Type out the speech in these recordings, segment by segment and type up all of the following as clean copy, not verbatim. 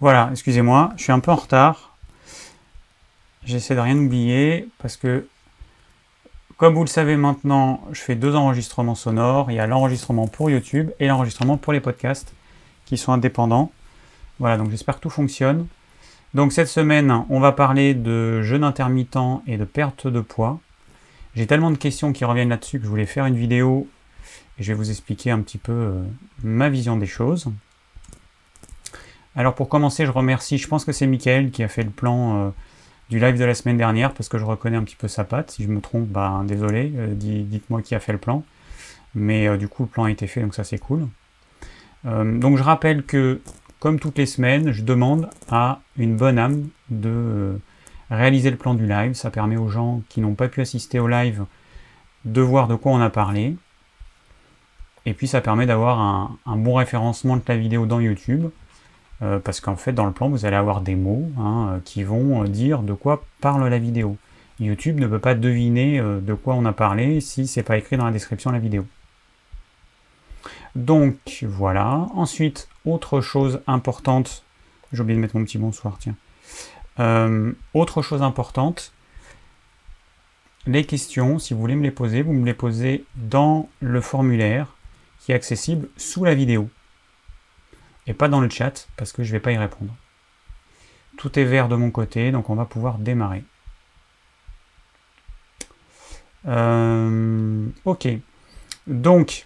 Voilà, excusez-moi, je suis un peu en retard. J'essaie de rien oublier parce que, comme vous le savez maintenant, je fais 2 enregistrements sonores. Il y a l'enregistrement pour YouTube et l'enregistrement pour les podcasts qui sont indépendants. Voilà, donc j'espère que tout fonctionne. Donc cette semaine, on va parler de jeûne intermittent et de perte de poids. J'ai tellement de questions qui reviennent là-dessus que je voulais faire une vidéo et je vais vous expliquer un petit peu ma vision des choses. Alors pour commencer, je remercie, je pense que c'est Mickaël qui a fait le plan du live de la semaine dernière, parce que je reconnais un petit peu sa patte. Si je me trompe, désolé, dites-moi qui a fait le plan. Mais du coup, le plan a été fait, donc ça c'est cool. Donc je rappelle que, comme toutes les semaines, je demande à une bonne âme de réaliser le plan du live. Ça permet aux gens qui n'ont pas pu assister au live de voir de quoi on a parlé. Et puis ça permet d'avoir un bon référencement de la vidéo dans YouTube. Parce qu'en fait, dans le plan, vous allez avoir des mots qui vont dire de quoi parle la vidéo. YouTube ne peut pas deviner de quoi on a parlé si c'est pas écrit dans la description de la vidéo. Donc voilà. Ensuite, autre chose importante. J'ai oublié de mettre mon petit bonsoir, tiens. Autre chose importante. Les questions, si vous voulez me les poser, vous me les posez dans le formulaire qui est accessible sous la vidéo. Et pas dans le chat, parce que je ne vais pas y répondre. Tout est vert de mon côté, donc on va pouvoir démarrer. Ok. Donc,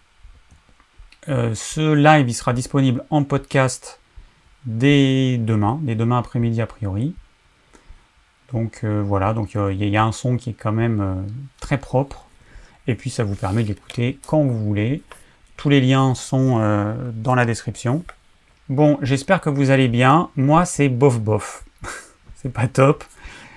ce live, il sera disponible en podcast dès demain après-midi a priori. Donc voilà, donc il y a un son qui est quand même très propre, et puis ça vous permet d'écouter quand vous voulez. Tous les liens sont dans la description. Bon, j'espère que vous allez bien. Moi, c'est bof bof. C'est pas top.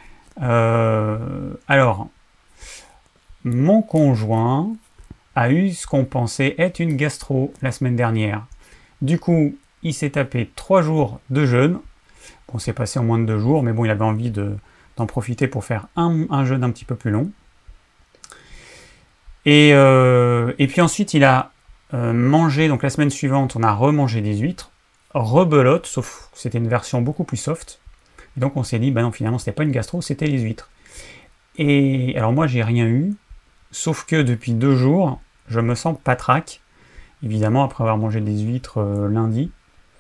Alors, mon conjoint a eu ce qu'on pensait être une gastro la semaine dernière. Du coup, il s'est tapé 3 jours de jeûne. Bon, c'est passé en moins de 2 jours, mais bon, il avait envie d'en profiter pour faire un jeûne un petit peu plus long. Et puis ensuite, il a mangé, donc la semaine suivante, on a remangé des huîtres, rebelote, sauf que c'était une version beaucoup plus soft. Et donc on s'est dit, non, finalement, c'était pas une gastro, c'était les huîtres. Et alors moi, j'ai rien eu, sauf que depuis 2 jours, je me sens patraque, évidemment, après avoir mangé des huîtres lundi.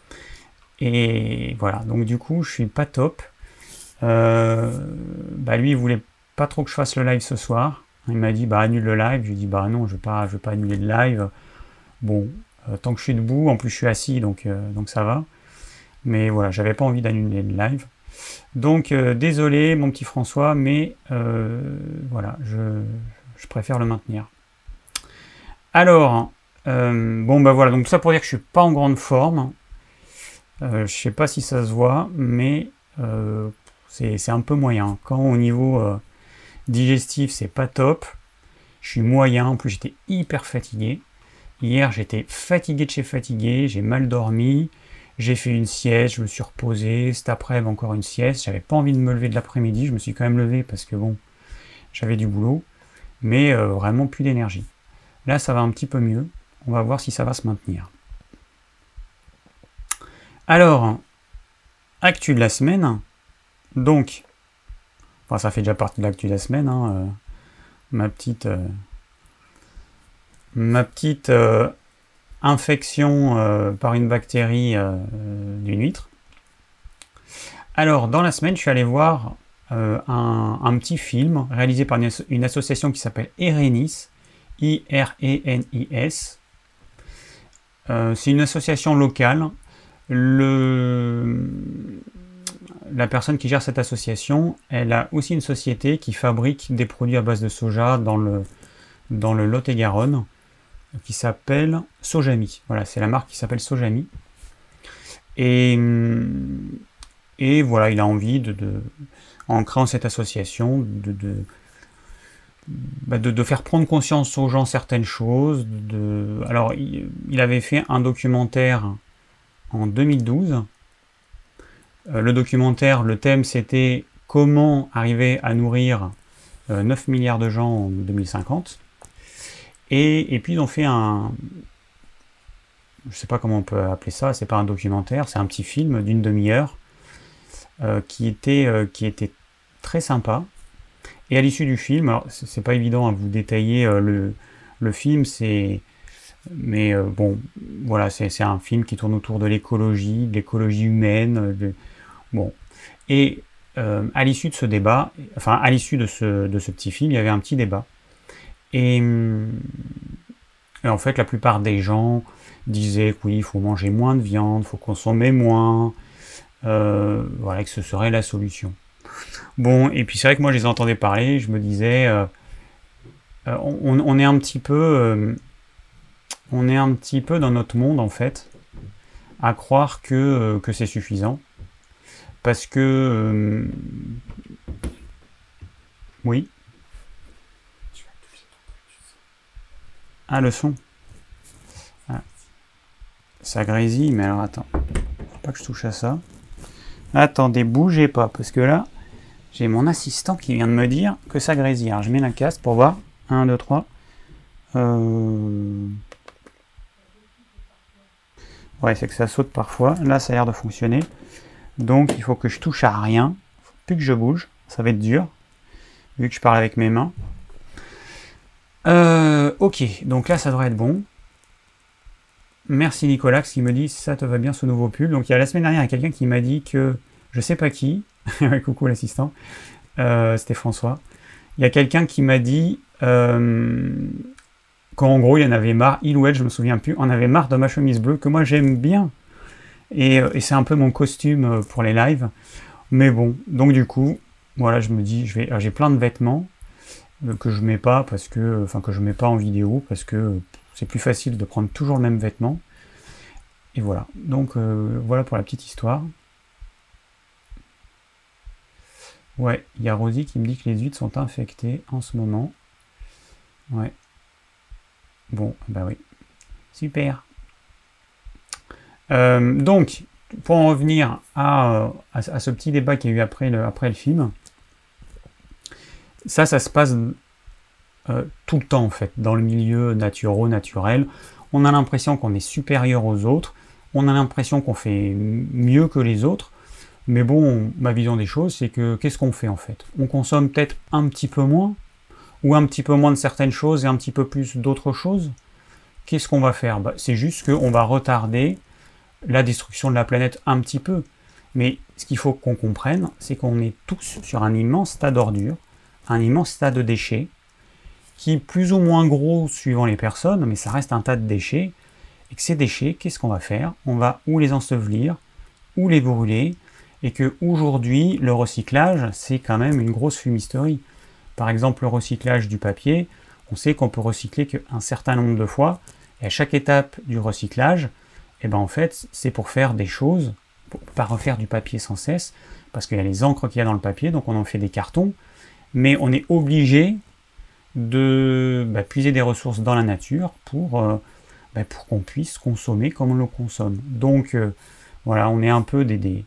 Et voilà, donc du coup, je suis pas top. Lui, il voulait pas trop que je fasse le live ce soir. Il m'a dit, annule le live. Je lui ai dit, non, je vais pas annuler le live. Bon, tant que je suis debout, en plus je suis assis, donc ça va. Mais voilà, j'avais pas envie d'annuler le live. Donc désolé mon petit François, mais voilà, je préfère le maintenir. Alors, voilà, donc tout ça pour dire que je suis pas en grande forme. Je sais pas si ça se voit, mais c'est un peu moyen. Quand au niveau digestif, c'est pas top. Je suis moyen, en plus j'étais hyper fatigué. Hier, j'étais fatigué de chez fatigué, j'ai mal dormi, j'ai fait une sieste, je me suis reposé, cet après-midi encore une sieste, j'avais pas envie de me lever de l'après-midi, je me suis quand même levé parce que bon, j'avais du boulot, mais vraiment plus d'énergie. Là, ça va un petit peu mieux, on va voir si ça va se maintenir. Alors, actu de la semaine, donc, ça fait déjà partie de l'actu de la semaine, ma petite infection par une bactérie d'une huître. Alors, dans la semaine, je suis allé voir un petit film réalisé par une association qui s'appelle Irenis, I-R-E-N-I-S. C'est une association locale. La personne qui gère cette association, elle a aussi une société qui fabrique des produits à base de soja dans le Lot-et-Garonne, qui s'appelle Sojami. Voilà, c'est la marque qui s'appelle Sojami. Et voilà, il a envie en créant cette association, de faire prendre conscience aux gens certaines choses. Alors, il avait fait un documentaire en 2012. Le documentaire, le thème, c'était comment arriver à nourrir 9 milliards de gens en 2050. Et puis ils ont fait je sais pas comment on peut appeler ça, c'est pas un documentaire, c'est un petit film d'une demi-heure qui était très sympa. Et à l'issue du film, alors c'est pas évident à vous détailler le film, mais bon, voilà, c'est un film qui tourne autour de l'écologie humaine, bon. Et à l'issue de ce débat, enfin à l'issue de ce petit film, il y avait un petit débat. Et en fait, la plupart des gens disaient que oui, il faut manger moins de viande, il faut consommer moins, voilà, que ce serait la solution. Bon, et puis c'est vrai que moi, je les entendais parler, je me disais, on est un petit peu, dans notre monde en fait, à croire que c'est suffisant, parce que, oui, ah le son, ah, ça grésille, mais alors attends, faut pas que je touche à ça. Attendez, bougez pas, parce que là, j'ai mon assistant qui vient de me dire que ça grésille. Alors je mets la casque pour voir. 1, 2, 3. Ouais, c'est que ça saute parfois. Là, ça a l'air de fonctionner. Donc, il faut que je touche à rien. Il faut plus que je bouge. Ça va être dur, vu que je parle avec mes mains. Ok, donc là, ça devrait être bon. Merci Nicolas qui me dit ça te va bien ce nouveau pull. Donc, il y a la semaine dernière, il y a quelqu'un qui m'a dit que je sais pas qui. Coucou l'assistant. C'était François. Il y a quelqu'un qui m'a dit qu'en gros, il en avait marre, il ou elle, je me souviens plus, en avait marre de ma chemise bleue, que moi j'aime bien. Et c'est un peu mon costume pour les lives. Mais bon, donc du coup, voilà, je me dis, j'ai plein de vêtements que je mets pas que je mets pas en vidéo parce que c'est plus facile de prendre toujours le même vêtement. Et voilà. Donc voilà pour la petite histoire. Ouais, il y a Rosie qui me dit que les huîtres sont infectées en ce moment. Ouais. Bon, bah oui. Super. Donc, pour en revenir à ce petit débat qu'il y a eu après le film, ça se passe tout le temps en fait, dans le milieu naturel. On a l'impression qu'on est supérieur aux autres, on a l'impression qu'on fait mieux que les autres, mais bon, ma vision des choses, c'est que qu'est-ce qu'on fait en fait? On consomme peut-être un petit peu moins, ou un petit peu moins de certaines choses et un petit peu plus d'autres choses. Qu'est-ce qu'on va faire? C'est juste qu'on va retarder la destruction de la planète un petit peu. Mais ce qu'il faut qu'on comprenne, c'est qu'on est tous sur un immense tas d'ordures, un immense tas de déchets, qui est plus ou moins gros suivant les personnes, mais ça reste un tas de déchets, et que ces déchets, qu'est-ce qu'on va faire? On va ou les ensevelir, ou les brûler, et que aujourd'hui, le recyclage, c'est quand même une grosse fumisterie. Par exemple, le recyclage du papier, on sait qu'on peut recycler qu'un certain nombre de fois, et à chaque étape du recyclage, en fait, c'est pour faire des choses, pour pas refaire du papier sans cesse, parce qu'il y a les encres qu'il y a dans le papier, donc on en fait des cartons, mais on est obligé de puiser des ressources dans la nature pour qu'on puisse consommer comme on le consomme. Donc voilà, on est un peu des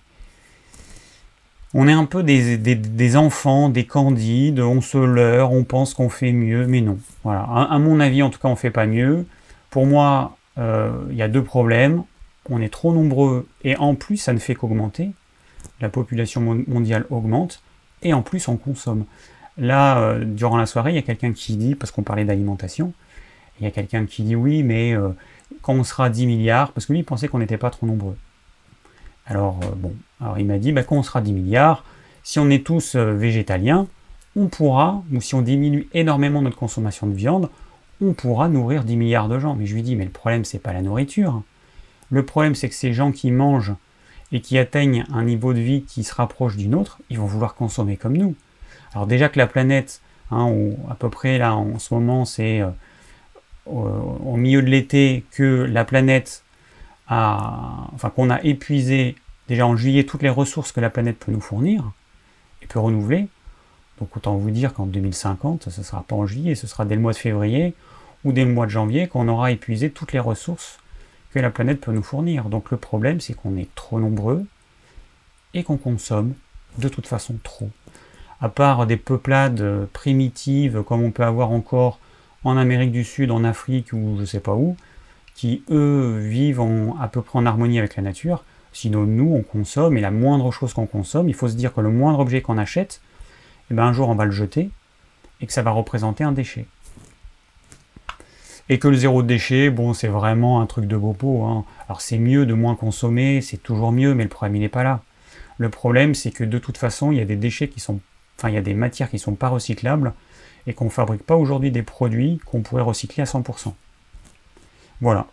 enfants, des candides, on se leurre, on pense qu'on fait mieux, mais non. Voilà, à mon avis, en tout cas, on ne fait pas mieux. Pour moi, il y a deux problèmes. On est trop nombreux et en plus, ça ne fait qu'augmenter. La population mondiale augmente et en plus, on consomme. Là, durant la soirée, il y a quelqu'un qui dit, parce qu'on parlait d'alimentation, il y a quelqu'un qui dit oui, mais quand on sera 10 milliards, parce que lui, il pensait qu'on n'était pas trop nombreux. Alors, alors il m'a dit, quand on sera 10 milliards, si on est tous végétaliens, on pourra, ou si on diminue énormément notre consommation de viande, on pourra nourrir 10 milliards de gens. Mais je lui dis, mais le problème, c'est pas la nourriture. Le problème, c'est que ces gens qui mangent et qui atteignent un niveau de vie qui se rapproche du nôtre, ils vont vouloir consommer comme nous. Alors déjà que la planète, à peu près là en ce moment, c'est au milieu de l'été que la planète qu'on a épuisé déjà en juillet toutes les ressources que la planète peut nous fournir et peut renouveler. Donc autant vous dire qu'en 2050, ce ne sera pas en juillet, ce sera dès le mois de février ou dès le mois de janvier qu'on aura épuisé toutes les ressources que la planète peut nous fournir. Donc le problème, c'est qu'on est trop nombreux et qu'on consomme de toute façon trop. À part des peuplades primitives comme on peut avoir encore en Amérique du Sud, en Afrique ou je sais pas où, qui, eux, vivent à peu près en harmonie avec la nature. Sinon, nous, on consomme, et la moindre chose qu'on consomme, il faut se dire que le moindre objet qu'on achète, eh ben, un jour, on va le jeter, et que ça va représenter un déchet. Et que le zéro déchet, bon, c'est vraiment un truc de bobo, hein. Alors, c'est mieux de moins consommer, c'est toujours mieux, mais le problème, il n'est pas là. Le problème, c'est que de toute façon, il y a des déchets il y a des matières qui ne sont pas recyclables, et qu'on ne fabrique pas aujourd'hui des produits qu'on pourrait recycler à 100%. Voilà.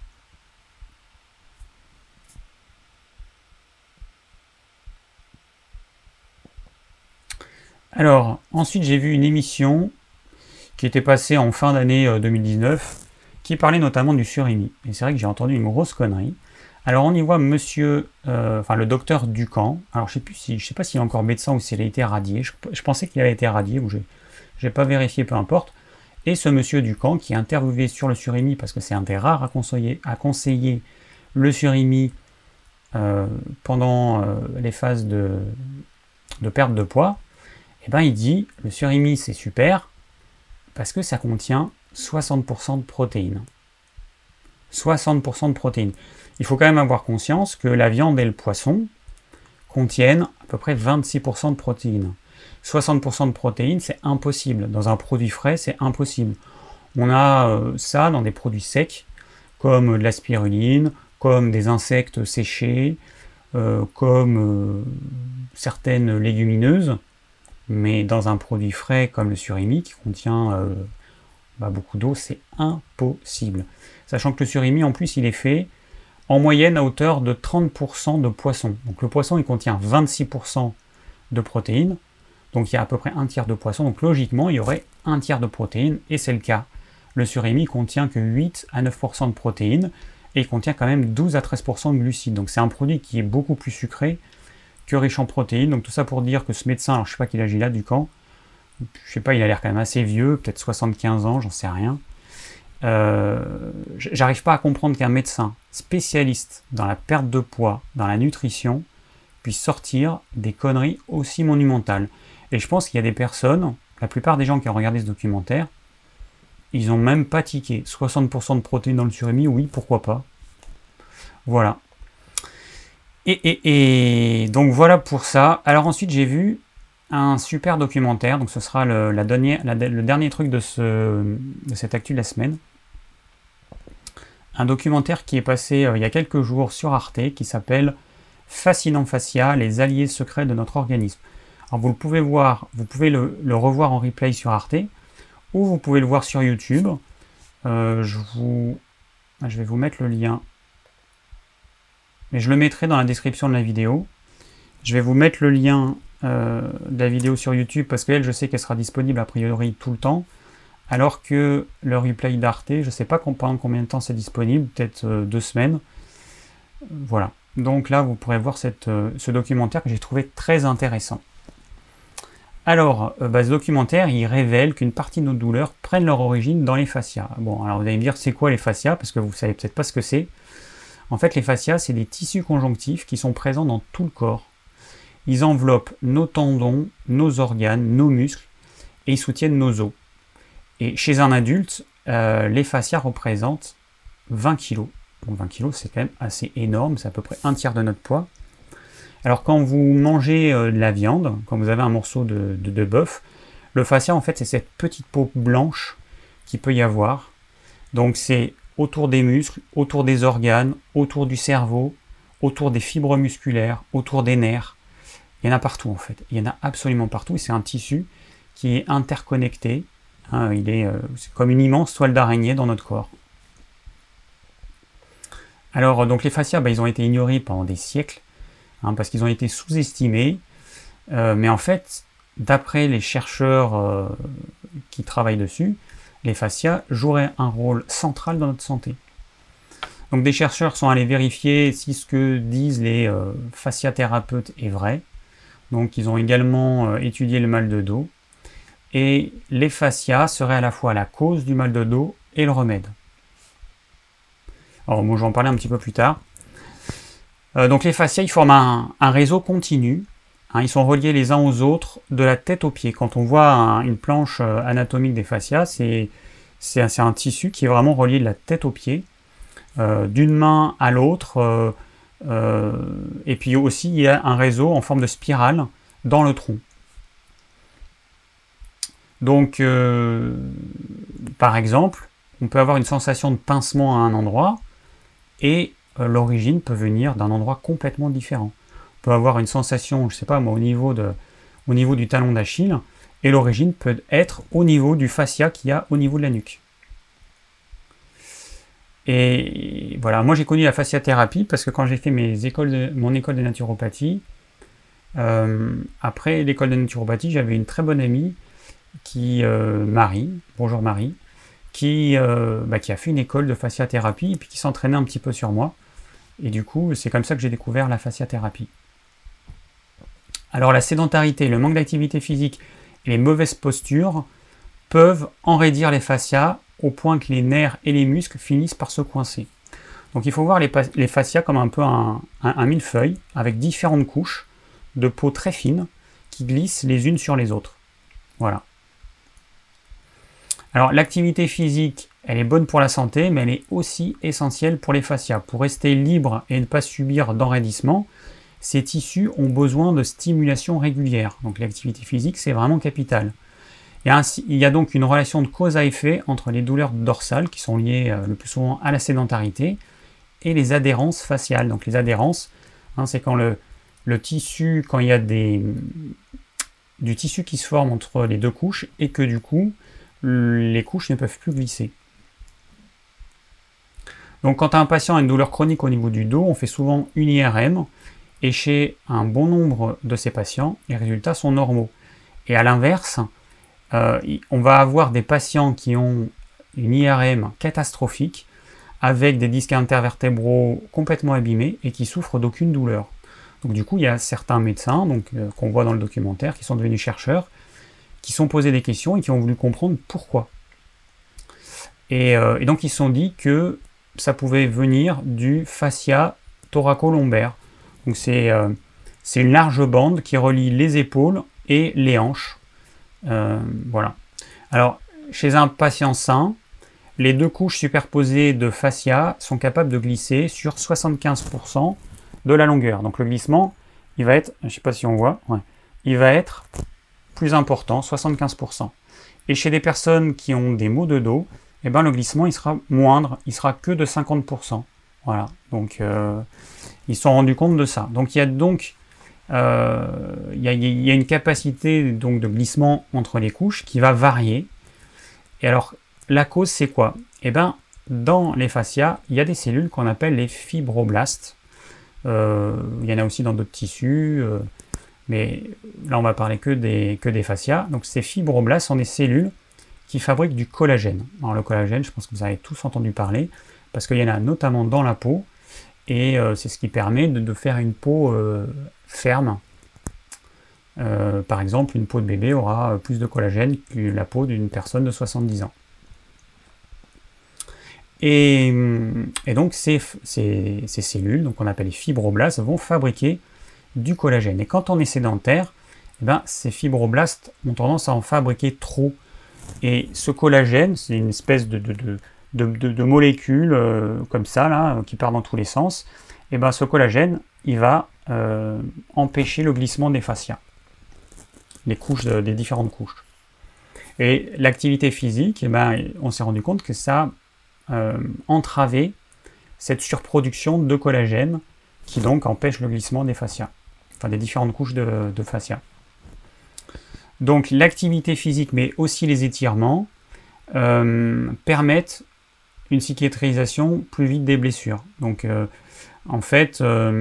Alors, ensuite, j'ai vu une émission qui était passée en fin d'année 2019, qui parlait notamment du surimi. Et c'est vrai que j'ai entendu une grosse connerie. Alors, on y voit le docteur Ducamp. Alors, je sais pas s'il est encore médecin ou s'il a été radié. Je pensais qu'il avait été radié, ou je n'ai pas vérifié, peu importe. Et ce monsieur Ducamp qui est interviewé sur le surimi, parce que c'est un des rares à conseiller le surimi pendant les phases de perte de poids, et ben il dit le surimi c'est super parce que ça contient 60% de protéines. 60% de protéines. Il faut quand même avoir conscience que la viande et le poisson contiennent à peu près 26% de protéines. 60% de protéines, c'est impossible. Dans un produit frais, c'est impossible. On a ça dans des produits secs, comme de la spiruline, comme des insectes séchés, comme certaines légumineuses. Mais dans un produit frais comme le surimi, qui contient beaucoup d'eau, c'est impossible. Sachant que le surimi, en plus, il est fait en moyenne à hauteur de 30% de poisson. Donc le poisson, il contient 26% de protéines. Donc il y a à peu près un tiers de poisson. Donc logiquement, il y aurait un tiers de protéines, et c'est le cas. Le surimi contient que 8 à 9% de protéines, et il contient quand même 12 à 13% de glucides. Donc c'est un produit qui est beaucoup plus sucré que riche en protéines. Donc tout ça pour dire que ce médecin, alors je sais pas quel âge il a, Ducamp, je sais pas, il a l'air quand même assez vieux, peut-être 75 ans, j'en sais rien. J'arrive pas à comprendre qu'un médecin spécialiste dans la perte de poids, dans la nutrition, puisse sortir des conneries aussi monumentales. Et je pense qu'il y a des personnes, la plupart des gens qui ont regardé ce documentaire, ils ont même pas tiqué. 60% de protéines dans le surimi, oui, pourquoi pas. Voilà. Et donc voilà pour ça. Alors ensuite j'ai vu un super documentaire, donc ce sera le dernier truc de cette actu de la semaine. Un documentaire qui est passé il y a quelques jours sur Arte, qui s'appelle Fascinant Fascia, les alliés secrets de notre organisme. Alors vous pouvez le revoir en replay sur Arte, ou vous pouvez le voir sur YouTube. Je vais vous mettre le lien. Mais je le mettrai dans la description de la vidéo. Je vais vous mettre le lien de la vidéo sur YouTube, parce qu'elle, je sais qu'elle sera disponible a priori tout le temps, alors que le replay d'Arte, je ne sais pas pendant combien de temps c'est disponible, peut-être 2 semaines. Voilà. Donc là, vous pourrez voir ce documentaire que j'ai trouvé très intéressant. Alors, ce documentaire, il révèle qu'une partie de nos douleurs prennent leur origine dans les fascias. Bon, alors vous allez me dire, c'est quoi les fascias? Parce que vous ne savez peut-être pas ce que c'est. En fait, les fascias, c'est des tissus conjonctifs qui sont présents dans tout le corps. Ils enveloppent nos tendons, nos organes, nos muscles, et ils soutiennent nos os. Et chez un adulte, les fascias représentent 20 kg. Donc 20 kg, c'est quand même assez énorme, c'est à peu près un tiers de notre poids. Alors quand vous mangez de la viande, quand vous avez un morceau de bœuf, le fascia, en fait, c'est cette petite peau blanche qu'il peut y avoir. Donc c'est autour des muscles, autour des organes, autour du cerveau, autour des fibres musculaires, autour des nerfs. Il y en a partout en fait. Il y en a absolument partout. Et c'est un tissu qui est interconnecté. Hein, c'est comme une immense toile d'araignée dans notre corps. Alors donc les fascias, ils ont été ignorés pendant des siècles, parce qu'ils ont été sous-estimés. Mais en fait, d'après les chercheurs qui travaillent dessus, les fascias joueraient un rôle central dans notre santé. Donc des chercheurs sont allés vérifier si ce que disent les fasciathérapeutes est vrai. Donc ils ont également étudié le mal de dos. Et les fascias seraient à la fois la cause du mal de dos et le remède. Alors moi je vais en parler un petit peu plus tard. Donc les fascias, ils forment un réseau continu. Ils sont reliés les uns aux autres de la tête aux pieds. Quand on voit une planche anatomique des fascias, c'est un tissu qui est vraiment relié de la tête aux pieds. d'une main à l'autre. Et puis aussi, il y a un réseau en forme de spirale dans le tronc. Donc, par exemple, on peut avoir une sensation de pincement à un endroit et l'origine peut venir d'un endroit complètement différent. On peut avoir une sensation, je ne sais pas moi, au niveau du talon d'Achille, et l'origine peut être au niveau du fascia qu'il y a au niveau de la nuque. Et voilà, moi j'ai connu la fasciathérapie parce que quand j'ai fait mon école de naturopathie, après l'école de naturopathie, j'avais une très bonne amie Marie, bonjour Marie, qui a fait une école de fasciathérapie et puis qui s'entraînait un petit peu sur moi. Et du coup, c'est comme ça que j'ai découvert la fasciathérapie. Alors la sédentarité, le manque d'activité physique et les mauvaises postures peuvent enraidir les fascias au point que les nerfs et les muscles finissent par se coincer. Donc il faut voir les fascias comme un peu un millefeuille avec différentes couches de peau très fines qui glissent les unes sur les autres. Voilà. Alors l'activité physique, elle est bonne pour la santé, mais elle est aussi essentielle pour les fascias. Pour rester libre et ne pas subir d'enraidissement, ces tissus ont besoin de stimulation régulière. Donc l'activité physique, c'est vraiment capital. Il y a donc une relation de cause à effet entre les douleurs dorsales, qui sont liées le plus souvent à la sédentarité, et les adhérences faciales. Donc les adhérences, c'est quand le tissu, quand il y a du tissu qui se forme entre les deux couches, et que du coup, les couches ne peuvent plus glisser. Donc quand un patient a une douleur chronique au niveau du dos, on fait souvent une IRM, et chez un bon nombre de ces patients, les résultats sont normaux. Et à l'inverse, on va avoir des patients qui ont une IRM catastrophique, avec des disques intervertébraux complètement abîmés, et qui souffrent d'aucune douleur. Donc du coup, il y a certains médecins qu'on voit dans le documentaire, qui sont devenus chercheurs, qui se sont posés des questions et qui ont voulu comprendre pourquoi. Et donc ils se sont dit que ça pouvait venir du fascia thoraco-lombaire. Donc c'est une large bande qui relie les épaules et les hanches. Voilà. Alors, chez un patient sain, les deux couches superposées de fascia sont capables de glisser sur 75% de la longueur. Donc le glissement, il va être, je ne sais pas si on voit, il va être plus important, 75%. Et chez des personnes qui ont des maux de dos, le glissement il sera moindre, il sera que de 50%. Voilà, donc ils se sont rendus compte de ça. Donc il y a une capacité donc, de glissement entre les couches qui va varier. Et alors, la cause c'est quoi ? Dans les fascias, il y a des cellules qu'on appelle les fibroblastes. Il y en a aussi dans d'autres tissus, mais là on va parler que des fascias. Donc ces fibroblastes sont des cellules qui fabriquent du collagène. Alors le collagène, je pense que vous avez tous entendu parler, parce qu'il y en a notamment dans la peau, et c'est ce qui permet de faire une peau ferme. Par exemple, une peau de bébé aura plus de collagène que la peau d'une personne de 70 ans. Et donc ces cellules, donc on appelle les fibroblastes, vont fabriquer du collagène. Et quand on est sédentaire, ces fibroblastes ont tendance à en fabriquer trop. Et ce collagène, c'est une espèce de molécule comme ça, là, qui part dans tous les sens. Et ce collagène, il va empêcher le glissement des fascias, les couches des différentes couches. Et l'activité physique, on s'est rendu compte que ça entravé cette surproduction de collagène qui donc empêche le glissement des fascias, enfin des différentes couches de fascia. Donc l'activité physique, mais aussi les étirements, permettent une cicatrisation plus vite des blessures. Donc en fait,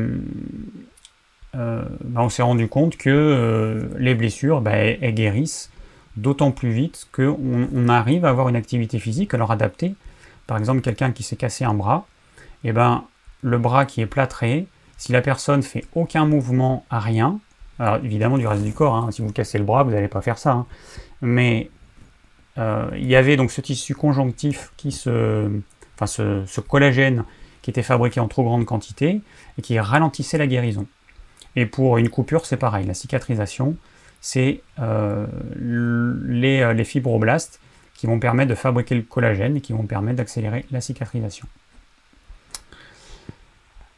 on s'est rendu compte que les blessures, elles guérissent d'autant plus vite qu'on arrive à avoir une activité physique, alors adaptée. Par exemple, quelqu'un qui s'est cassé un bras, le bras qui est plâtré, si la personne fait aucun mouvement à rien, alors évidemment du reste du corps, si vous cassez le bras, vous n'allez pas faire ça, mais il y avait donc ce tissu conjonctif ce collagène qui était fabriqué en trop grande quantité et qui ralentissait la guérison. Et pour une coupure, c'est pareil, la cicatrisation, c'est les fibroblastes qui vont permettre de fabriquer le collagène et qui vont permettre d'accélérer la cicatrisation.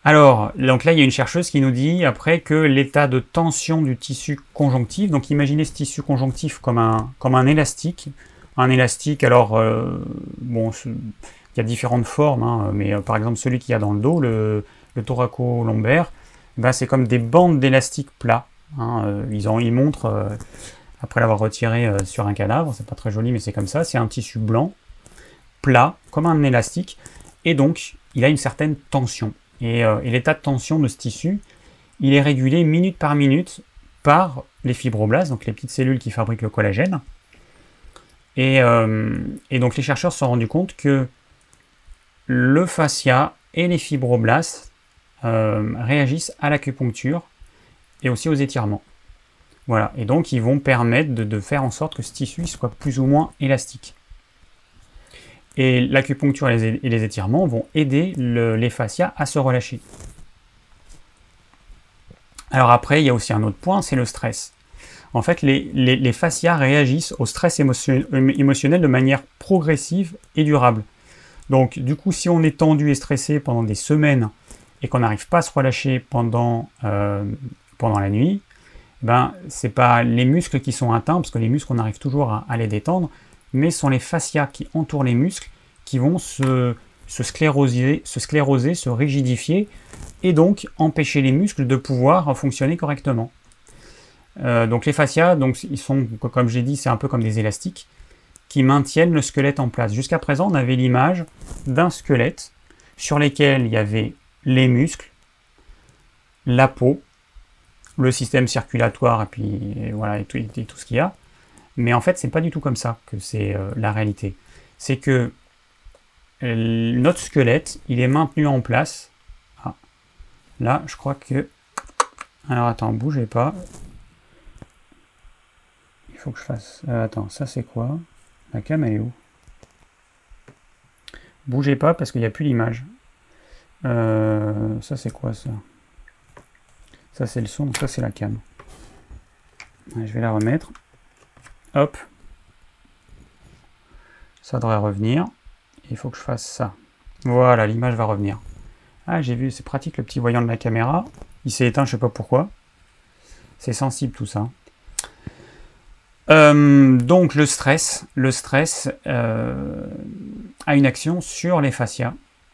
Alors, donc là, il y a une chercheuse qui nous dit après que l'état de tension du tissu conjonctif, donc imaginez ce tissu conjonctif comme un élastique. Un élastique, alors, bon, il y a différentes formes, hein, mais par exemple celui qu'il y a dans le dos, le thoraco-lombaire, ben, c'est comme des bandes d'élastique plat. Hein, ils montrent, après l'avoir retiré sur un cadavre, c'est pas très joli, mais c'est comme ça, c'est un tissu blanc, plat, comme un élastique, et donc il a une certaine tension. Et l'état de tension de ce tissu, il est régulé minute par minute par les fibroblastes, donc les petites cellules qui fabriquent le collagène. Et donc les chercheurs se sont rendus compte que le fascia et les fibroblastes réagissent à l'acupuncture et aussi aux étirements. Voilà, et donc ils vont permettre de faire en sorte que ce tissu soit plus ou moins élastique. Et l'acupuncture et les étirements vont aider les fascias à se relâcher. Alors après, il y a aussi un autre point, c'est le stress. En fait, les fascias réagissent au stress émotionnel de manière progressive et durable. Donc du coup, si on est tendu et stressé pendant des semaines et qu'on n'arrive pas à se relâcher pendant la nuit, ben, c'est pas les muscles qui sont atteints, parce que les muscles, on arrive toujours à les détendre, mais ce sont les fascias qui entourent les muscles qui vont se scléroser, se rigidifier, et donc empêcher les muscles de pouvoir fonctionner correctement. Donc les fascias, donc, ils sont, comme j'ai dit, c'est un peu comme des élastiques, qui maintiennent le squelette en place. Jusqu'à présent, on avait l'image d'un squelette sur lequel il y avait les muscles, la peau, le système circulatoire, et puis voilà, et tout ce qu'il y a. Mais en fait, c'est pas du tout comme ça que c'est la réalité. C'est que notre squelette, il est maintenu en place. Ah, là, je crois que... Alors attends, bougez pas. Il faut que je fasse... attends, ça c'est quoi? La cam, elle est où? Bougez pas parce qu'il n'y a plus l'image. Ça c'est quoi ça? Ça c'est le son, donc ça c'est la cam. Ouais, je vais la remettre. Hop. Ça devrait revenir. Il faut que je fasse ça. Voilà, l'image va revenir. Ah, j'ai vu, c'est pratique le petit voyant de la caméra. Il s'est éteint, je sais pas pourquoi. C'est sensible tout ça. Donc le stress a une action sur les fascias.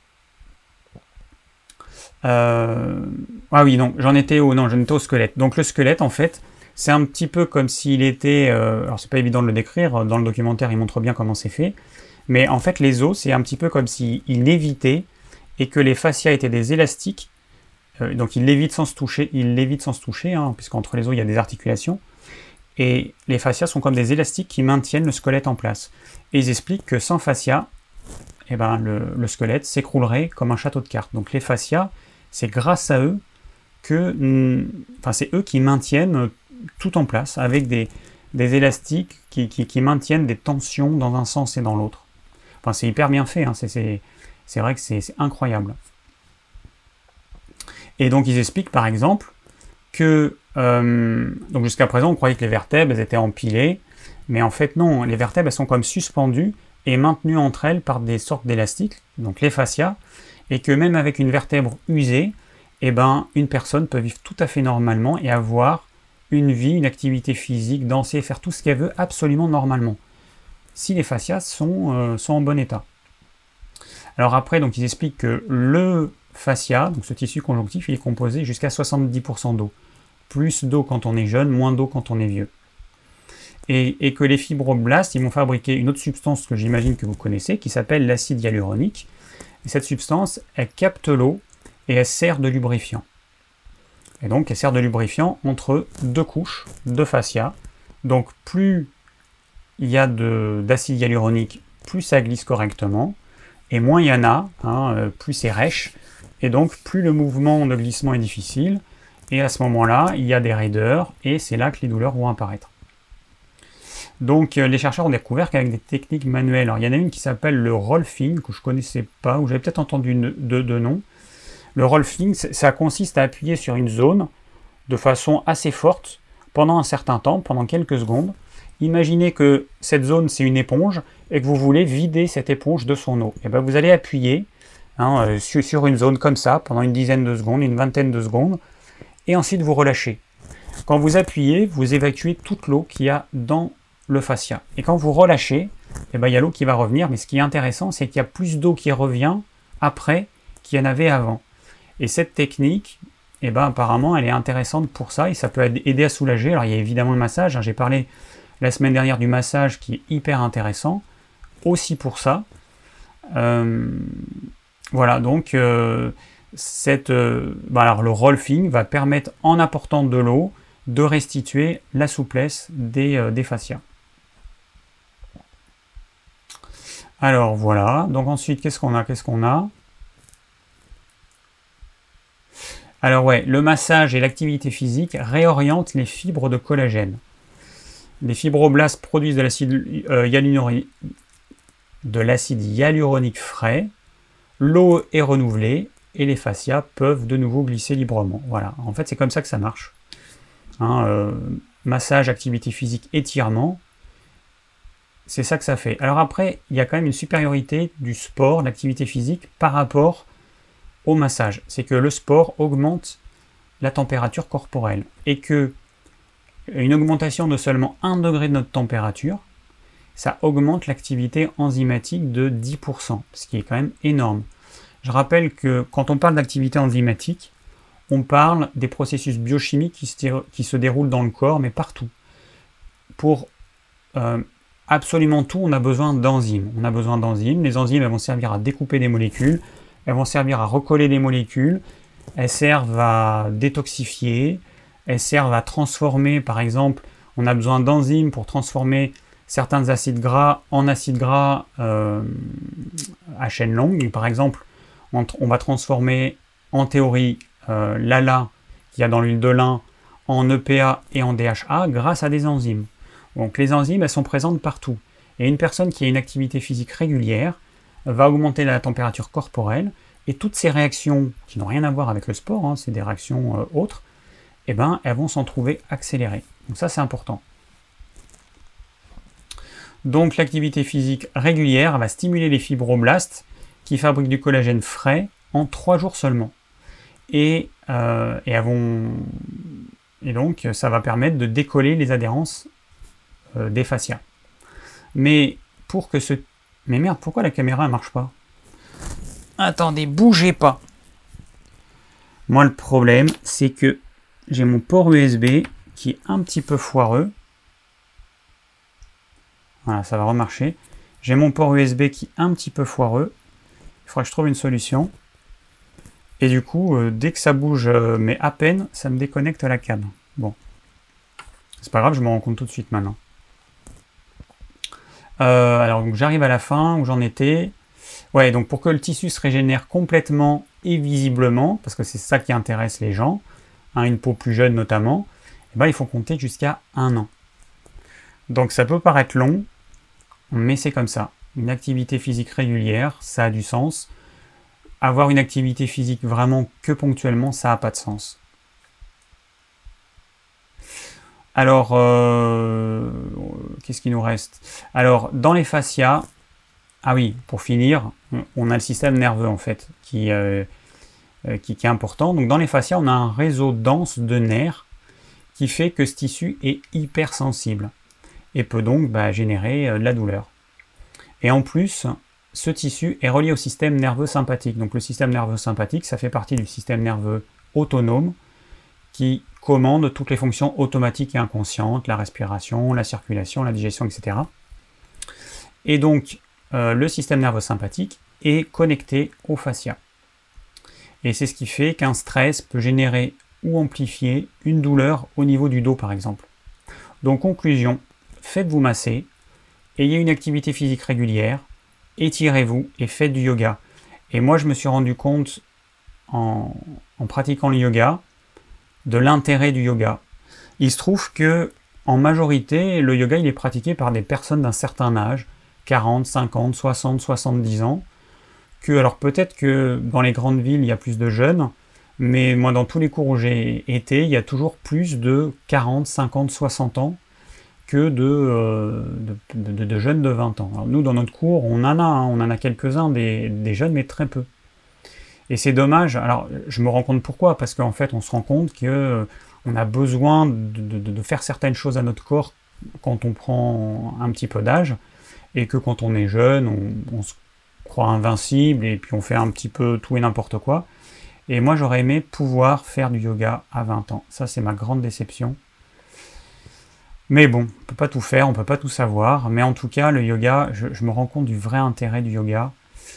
Ah oui, non, j'en étais au squelette. Donc le squelette, en fait, c'est un petit peu comme s'il était... alors c'est pas évident de le décrire, dans le documentaire il montre bien comment c'est fait, mais en fait les os, c'est un petit peu comme s'il lévitait et que les fascias étaient des élastiques, donc il lévite sans se toucher, hein, puisqu'entre les os il y a des articulations, et les fascias sont comme des élastiques qui maintiennent le squelette en place. Et ils expliquent que sans fascia, eh ben, le squelette s'écroulerait comme un château de cartes. Donc les fascias, c'est grâce à eux c'est eux qui maintiennent tout en place, avec des élastiques qui maintiennent des tensions dans un sens et dans l'autre. Enfin, c'est hyper bien fait, hein, c'est vrai que c'est incroyable. Et donc ils expliquent par exemple que donc jusqu'à présent on croyait que les vertèbres elles étaient empilées, mais en fait non, les vertèbres elles sont comme suspendues et maintenues entre elles par des sortes d'élastiques, donc les fascias, et que même avec une vertèbre usée, eh ben, une personne peut vivre tout à fait normalement et avoir une vie, une activité physique, danser, faire tout ce qu'elle veut absolument normalement, si les fascias sont en bon état. Alors après, donc, ils expliquent que le fascia, donc ce tissu conjonctif, il est composé jusqu'à 70% d'eau. Plus d'eau quand on est jeune, moins d'eau quand on est vieux. Et que les fibroblastes, ils vont fabriquer une autre substance que j'imagine que vous connaissez, qui s'appelle l'acide hyaluronique. Et cette substance, elle capte l'eau et elle sert de lubrifiant. Et donc, elle sert de lubrifiant entre deux couches de fascia. Donc, plus il y a d'acide hyaluronique, plus ça glisse correctement. Et moins il y en a, plus c'est rêche. Et donc, plus le mouvement de glissement est difficile. Et à ce moment-là, il y a des raideurs. Et c'est là que les douleurs vont apparaître. Donc, les chercheurs ont découvert qu'avec des techniques manuelles, alors il y en a une qui s'appelle le rolfing, que je ne connaissais pas, ou j'avais peut-être entendu de nom. Le rolfing, ça consiste à appuyer sur une zone de façon assez forte pendant un certain temps, pendant quelques secondes. Imaginez que cette zone, c'est une éponge et que vous voulez vider cette éponge de son eau. Et bien, vous allez appuyer sur une zone comme ça, pendant une dizaine de secondes, une vingtaine de secondes, et ensuite vous relâchez. Quand vous appuyez, vous évacuez toute l'eau qu'il y a dans le fascia. Et quand vous relâchez, il y a l'eau qui va revenir, mais ce qui est intéressant, c'est qu'il y a plus d'eau qui revient après qu'il y en avait avant. Et cette technique, apparemment, elle est intéressante pour ça, et ça peut aider à soulager. Alors il y a évidemment le massage, j'ai parlé la semaine dernière du massage qui est hyper intéressant, aussi pour ça. Voilà, donc alors le rolfing va permettre, en apportant de l'eau, de restituer la souplesse des fascias. Alors voilà, donc ensuite qu'est-ce qu'on a? Alors ouais, le massage et l'activité physique réorientent les fibres de collagène. Les fibroblastes produisent de l'acide hyaluronique frais, l'eau est renouvelée et les fascias peuvent de nouveau glisser librement. Voilà, en fait c'est comme ça que ça marche. Massage, activité physique, étirement, c'est ça que ça fait. Alors après, il y a quand même une supériorité du sport, de l'activité physique par rapport au massage. C'est que le sport augmente la température corporelle et que une augmentation de seulement 1 degré de notre température, ça augmente l'activité enzymatique de 10%, ce qui est quand même énorme. Je rappelle que quand on parle d'activité enzymatique, on parle des processus biochimiques qui se déroulent dans le corps, mais partout. Pour absolument tout, on a besoin d'enzymes. Les enzymes, elles vont servir à découper des molécules, elles vont servir à recoller des molécules, elles servent à détoxifier, elles servent à transformer, par exemple, on a besoin d'enzymes pour transformer certains acides gras en acides gras à chaîne longue. Par exemple, on va transformer en théorie l'ALA qu'il y a dans l'huile de lin en EPA et en DHA grâce à des enzymes. Donc les enzymes, elles sont présentes partout. Et une personne qui a une activité physique régulière va augmenter la température corporelle et toutes ces réactions qui n'ont rien à voir avec le sport, c'est des réactions autres, elles vont s'en trouver accélérées. Donc ça, c'est important. Donc l'activité physique régulière va stimuler les fibroblastes qui fabriquent du collagène frais en 3 jours seulement. Et donc ça va permettre de décoller les adhérences des fascias. Mais merde, pourquoi la caméra ne marche pas? Attendez, bougez pas. Moi, le problème, c'est que j'ai mon port USB qui est un petit peu foireux. Voilà, ça va remarcher. J'ai mon port USB qui est un petit peu foireux. Il faudrait que je trouve une solution. Et du coup, dès que ça bouge, mais à peine, ça me déconnecte la cam. Bon. C'est pas grave, je me rends compte tout de suite maintenant. Alors, donc, j'arrive à la fin où j'en étais. Ouais, donc pour que le tissu se régénère complètement et visiblement, parce que c'est ça qui intéresse les gens, une peau plus jeune notamment, il faut compter jusqu'à 1 an. Donc ça peut paraître long, mais c'est comme ça. Une activité physique régulière, ça a du sens. Avoir une activité physique vraiment que ponctuellement, ça n'a pas de sens. Alors, qu'est-ce qu'il nous reste? Alors, dans les fascias, ah oui, pour finir, on a le système nerveux en fait, qui est important. Donc dans les fascias, on a un réseau dense de nerfs qui fait que ce tissu est hypersensible et peut donc générer de la douleur. Et en plus, ce tissu est relié au système nerveux sympathique. Donc le système nerveux sympathique, ça fait partie du système nerveux autonome qui commande toutes les fonctions automatiques et inconscientes, la respiration, la circulation, la digestion, etc. Et donc, le système nerveux sympathique est connecté au fascia. Et c'est ce qui fait qu'un stress peut générer ou amplifier une douleur au niveau du dos, par exemple. Donc, conclusion, faites-vous masser, ayez une activité physique régulière, étirez-vous et faites du yoga. Et moi, je me suis rendu compte, en pratiquant le yoga, de l'intérêt du yoga. Il se trouve que, en majorité, le yoga il est pratiqué par des personnes d'un certain âge, 40, 50, 60, 70 ans, alors peut-être que dans les grandes villes, il y a plus de jeunes, mais moi, dans tous les cours où j'ai été, il y a toujours plus de 40, 50, 60 ans que de jeunes de 20 ans. Alors nous, dans notre cours, on en a quelques-uns, des jeunes, mais très peu. Et c'est dommage. Alors, je me rends compte pourquoi. Parce qu'en fait, on se rend compte que on a besoin de faire certaines choses à notre corps quand on prend un petit peu d'âge. Et que quand on est jeune, on se croit invincible et puis on fait un petit peu tout et n'importe quoi. Et moi, j'aurais aimé pouvoir faire du yoga à 20 ans. Ça, c'est ma grande déception. Mais bon, on ne peut pas tout faire, on ne peut pas tout savoir. Mais en tout cas, le yoga, je me rends compte du vrai intérêt du yoga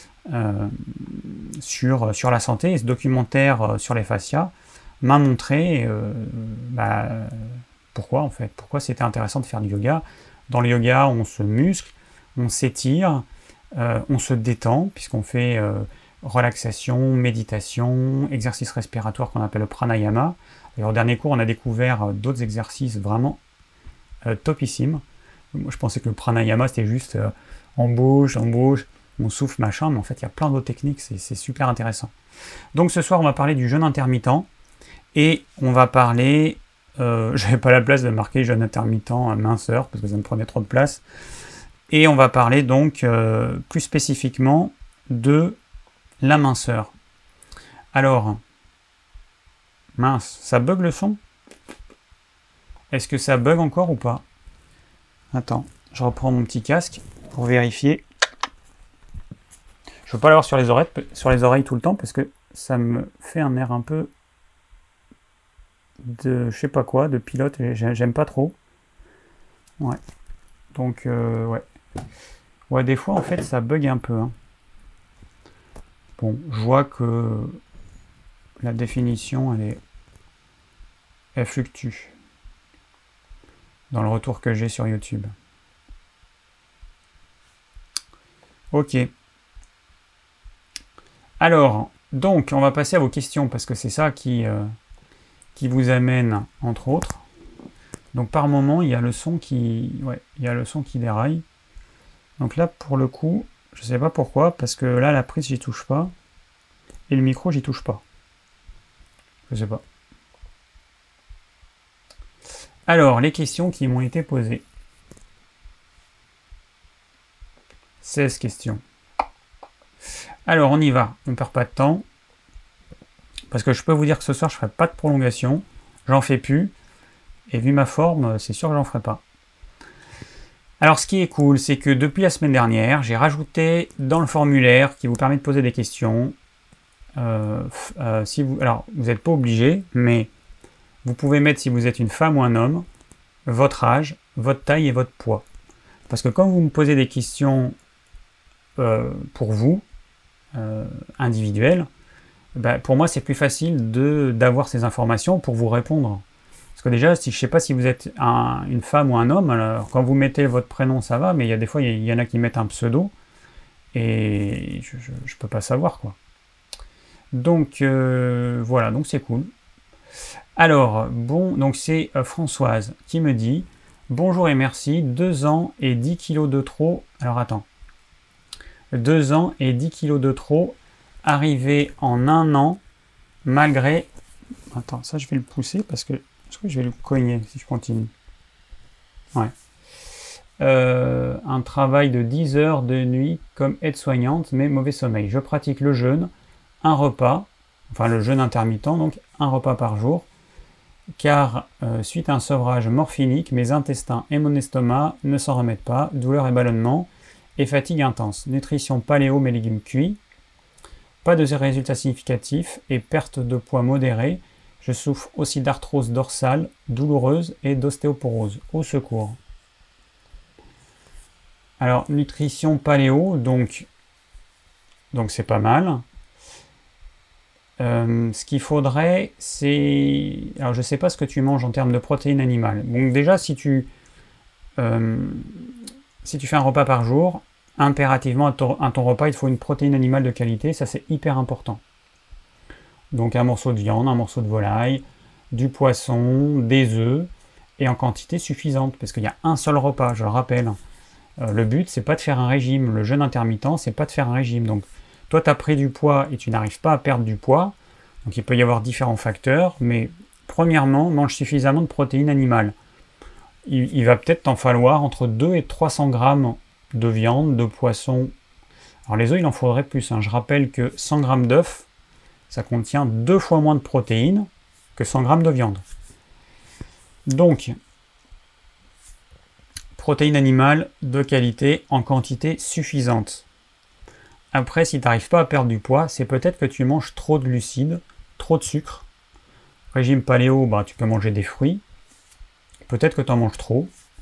sur la santé. Et ce documentaire sur les fascias m'a montré pourquoi, en fait. Pourquoi c'était intéressant de faire du yoga. Dans le yoga, on se muscle, on s'étire, on se détend, puisqu'on fait relaxation, méditation, exercice respiratoire qu'on appelle le pranayama. Et au dernier cours, on a découvert d'autres exercices vraiment topissimes. Moi, je pensais que le pranayama, c'était juste en bouche, on souffle, machin, mais en fait, il y a plein d'autres techniques, c'est super intéressant. Donc ce soir, on va parler du jeûne intermittent, et on va parler, j'avais pas la place de marquer jeûne intermittent minceur, parce que ça me prenait trop de place, et on va parler donc plus spécifiquement de la minceur. Alors, mince, ça bug le son ? Est-ce que ça bug encore ou pas ? Attends, je reprends mon petit casque pour vérifier. Je ne veux pas l'avoir sur les oreilles tout le temps parce que ça me fait un air un peu de je sais pas quoi, de pilote, et j'aime pas trop. Ouais. Donc, ouais. Ouais, des fois, en fait, ça bug un peu. Hein. Bon, je vois que la définition, elle fluctue dans le retour que j'ai sur YouTube. Ok. Alors, donc, on va passer à vos questions, parce que c'est ça qui vous amène, entre autres. Donc, par moment, il y a le son qui déraille. Donc là, pour le coup, je ne sais pas pourquoi, parce que là, la prise, j'y touche pas. Et le micro, j'y touche pas. Je sais pas. Alors, les questions qui m'ont été posées. 16 questions. Alors, on y va. On ne perd pas de temps. Parce que je peux vous dire que ce soir, je ne ferai pas de prolongation. J'en fais plus. Et vu ma forme, c'est sûr que j'en ferai pas. Alors, ce qui est cool, c'est que depuis la semaine dernière, j'ai rajouté dans le formulaire qui vous permet de poser des questions. Alors, vous n'êtes pas obligé, mais vous pouvez mettre, si vous êtes une femme ou un homme, votre âge, votre taille et votre poids. Parce que quand vous me posez des questions pour vous, individuelles, pour moi, c'est plus facile d'avoir ces informations pour vous répondre. Parce que déjà, je ne sais pas si vous êtes une femme ou un homme, alors quand vous mettez votre prénom, ça va, mais il y a des fois, il y en a qui mettent un pseudo, et je ne peux pas savoir, quoi. Donc, voilà, donc c'est cool. Alors, bon, donc c'est Françoise qui me dit « Bonjour et merci, 2 ans et 10 kilos de trop... » Alors, attends. 2 ans et 10 kilos de trop, arrivé en 1 an, malgré... Attends, ça, je vais le pousser parce que je vais le cogner si je continue. Ouais. Un travail de 10 heures de nuit comme aide-soignante, mais mauvais sommeil. Je pratique le jeûne, un repas, enfin le jeûne intermittent, donc un repas par jour, car suite à un sevrage morphinique, mes intestins et mon estomac ne s'en remettent pas, douleur et ballonnement, et fatigue intense. Nutrition paléo, mes légumes cuits, pas de résultats significatifs et perte de poids modérée. Je souffre aussi d'arthrose dorsale douloureuse et d'ostéoporose. Au secours. Alors, nutrition paléo, donc c'est pas mal. Ce qu'il faudrait, c'est... Alors, je ne sais pas ce que tu manges en termes de protéines animales. Donc déjà, si tu fais un repas par jour, impérativement, à ton repas, il te faut une protéine animale de qualité. Ça, c'est hyper important. Donc un morceau de viande, un morceau de volaille, du poisson, des œufs, et en quantité suffisante, parce qu'il y a un seul repas, je le rappelle. Le but, c'est pas de faire un régime. Le jeûne intermittent, c'est pas de faire un régime. Donc, toi, tu as pris du poids et tu n'arrives pas à perdre du poids. Donc, il peut y avoir différents facteurs, mais premièrement, mange suffisamment de protéines animales. Il va peut-être t'en falloir entre 2 et 300 grammes de viande, de poisson. Alors, les œufs, il en faudrait plus. Hein. Je rappelle que 100 grammes d'œufs, ça contient 2 fois moins de protéines que 100 grammes de viande. Donc, protéines animales de qualité en quantité suffisante. Après, si tu n'arrives pas à perdre du poids, c'est peut-être que tu manges trop de glucides, trop de sucre. Régime paléo, tu peux manger des fruits. Peut-être que tu en manges trop.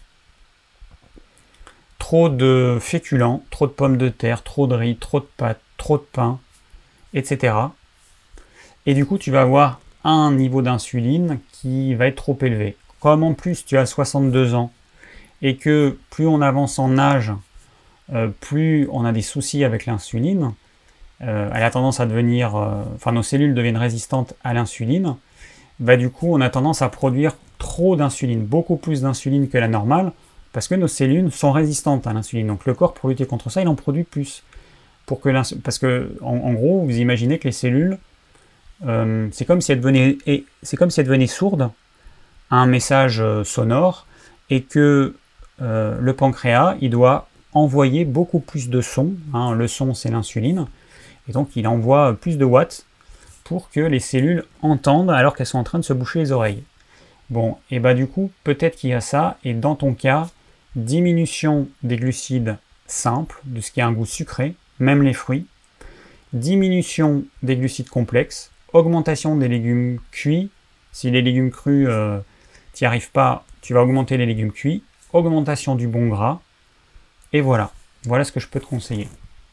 Trop de féculents, trop de pommes de terre, trop de riz, trop de pâtes, trop de pain, etc. Et du coup, tu vas avoir un niveau d'insuline qui va être trop élevé. Comme en plus tu as 62 ans et que plus on avance en âge, plus on a des soucis avec l'insuline, elle a tendance à devenir, nos cellules deviennent résistantes à l'insuline, du coup on a tendance à produire trop d'insuline, beaucoup plus d'insuline que la normale, parce que nos cellules sont résistantes à l'insuline. Donc le corps, pour lutter contre ça, il en produit plus. Parce que en gros, vous imaginez que les cellules, c'est comme si elles devenaient sourdes à un message sonore, et que le pancréas, il doit envoyer beaucoup plus de sons. Le son, c'est l'insuline, et donc il envoie plus de watts pour que les cellules entendent alors qu'elles sont en train de se boucher les oreilles. Bon, et du coup, peut-être qu'il y a ça, et dans ton cas, diminution des glucides simples, de ce qui a un goût sucré, même les fruits, diminution des glucides complexes, augmentation des légumes cuits. Si les légumes crus, tu n'y arrives pas, tu vas augmenter les légumes cuits, augmentation du bon gras, et voilà. Voilà ce que je peux te conseiller.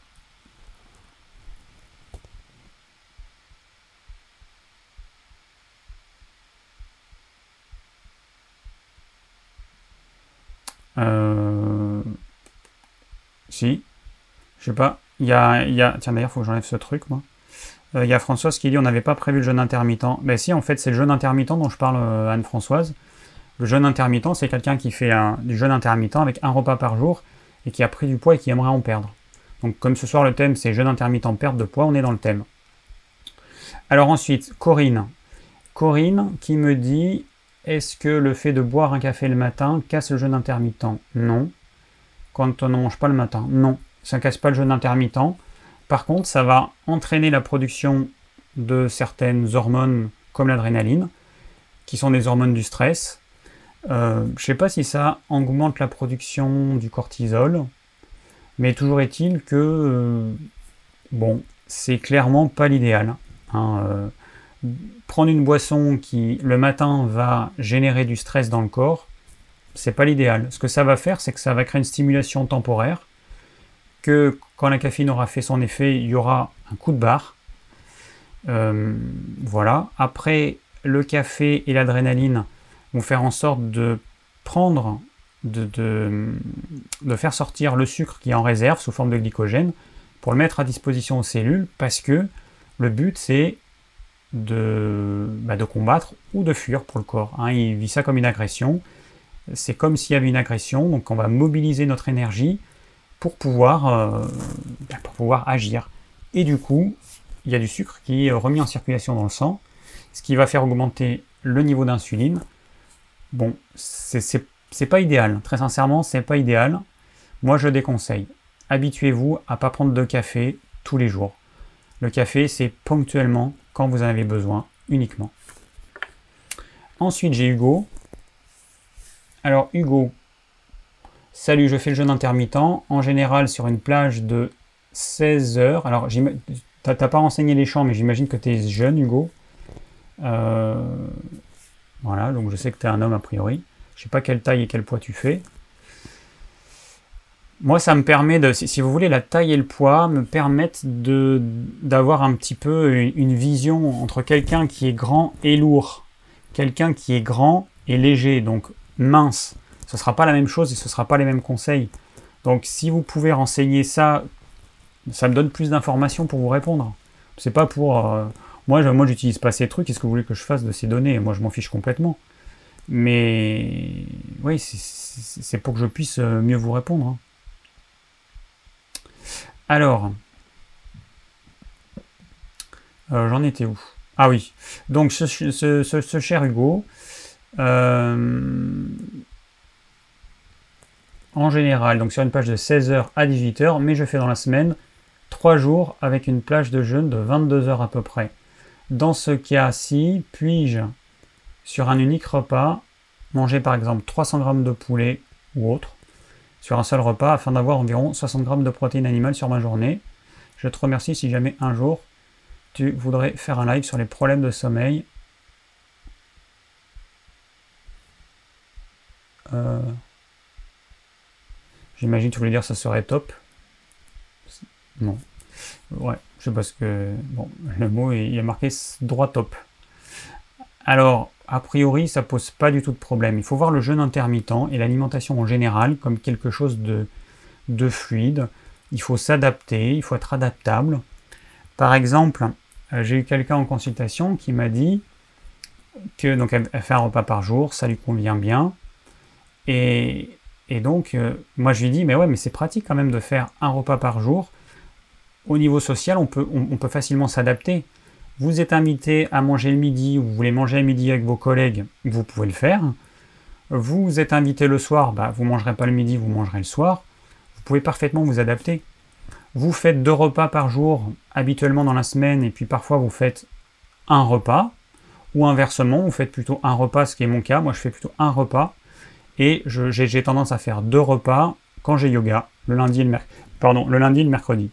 Si, je sais pas, tiens d'ailleurs, il faut que j'enlève ce truc, moi. Il y a Françoise qui dit on n'avait pas prévu le jeûne intermittent. Ben si, en fait, c'est le jeûne intermittent dont je parle, Anne-Françoise. Le jeûne intermittent, c'est quelqu'un qui fait du jeûne intermittent avec un repas par jour et qui a pris du poids et qui aimerait en perdre. Donc comme ce soir le thème c'est jeûne intermittent perte de poids, on est dans le thème. Alors ensuite, Corinne qui me dit est-ce que le fait de boire un café le matin casse le jeûne intermittent? Non. Quand on ne mange pas le matin, non. Ça ne casse pas le jeûne intermittent. Par contre, ça va entraîner la production de certaines hormones comme l'adrénaline, qui sont des hormones du stress. Je ne sais pas si ça augmente la production du cortisol, mais toujours est-il que, c'est clairement pas l'idéal. Prendre une boisson qui, le matin, va générer du stress dans le corps, c'est pas l'idéal. Ce que ça va faire, c'est que ça va créer une stimulation temporaire, que quand la caféine aura fait son effet, il y aura un coup de barre. Voilà. Après, le café et l'adrénaline vont faire en sorte de prendre, de faire sortir le sucre qui est en réserve sous forme de glycogène pour le mettre à disposition aux cellules, parce que le but c'est de combattre ou de fuir pour le corps. Il vit ça comme une agression. C'est comme s'il y avait une agression, donc on va mobiliser notre énergie pour pouvoir agir. Et du coup, il y a du sucre qui est remis en circulation dans le sang, ce qui va faire augmenter le niveau d'insuline. Bon, c'est pas idéal. Très sincèrement, c'est pas idéal. Moi, je déconseille. Habituez-vous à ne pas prendre de café tous les jours. Le café, c'est ponctuellement, quand vous en avez besoin, uniquement. Ensuite, j'ai Hugo. Alors, Hugo, salut, je fais le jeûne intermittent, en général sur une plage de 16 heures. Alors, t'as pas renseigné les champs, mais j'imagine que tu es jeune, Hugo. Voilà, donc je sais que tu es un homme a priori. Je sais pas quelle taille et quel poids tu fais. Moi, ça me permet si vous voulez, la taille et le poids me permettent d'avoir un petit peu une vision entre quelqu'un qui est grand et lourd, quelqu'un qui est grand et léger, donc mince. Ce ne sera pas la même chose et ce ne sera pas les mêmes conseils. Donc, si vous pouvez renseigner ça, ça me donne plus d'informations pour vous répondre. C'est pas pour... Moi, j'utilise pas ces trucs. Qu'est-ce que vous voulez que je fasse de ces données? Moi, je m'en fiche complètement. Mais oui, c'est pour que je puisse mieux vous répondre. Alors, j'en étais où? Ah oui, donc ce cher Hugo, en général, donc sur une plage de 16h à 18h, mais je fais dans la semaine 3 jours avec une plage de jeûne de 22 heures à peu près. Dans ce cas-ci, puis-je, sur un unique repas, manger par exemple 300 g de poulet ou autre, sur un seul repas, afin d'avoir environ 60 g de protéines animales sur ma journée. Je te remercie si jamais un jour tu voudrais faire un live sur les problèmes de sommeil. J'imagine que tu voulais dire que ça serait top. Non. Ouais, je sais pas ce que... Bon, le mot, il est marqué droit top. Alors, a priori, ça pose pas du tout de problème. Il faut voir le jeûne intermittent et l'alimentation en général comme quelque chose de fluide. Il faut s'adapter, il faut être adaptable. Par exemple, j'ai eu quelqu'un en consultation qui m'a dit que donc elle fait un repas par jour, ça lui convient bien. Et donc, moi je lui dis, mais ouais, mais c'est pratique quand même de faire un repas par jour. Au niveau social, on peut facilement s'adapter. Vous êtes invité à manger le midi, ou vous voulez manger le midi avec vos collègues, vous pouvez le faire. Vous êtes invité le soir, vous ne mangerez pas le midi, vous mangerez le soir. Vous pouvez parfaitement vous adapter. Vous faites 2 repas par jour habituellement dans la semaine, et puis parfois vous faites un repas, ou inversement, vous faites plutôt un repas, ce qui est mon cas. Moi je fais plutôt un repas, et j'ai tendance à faire 2 repas quand j'ai yoga, le lundi et le mercredi.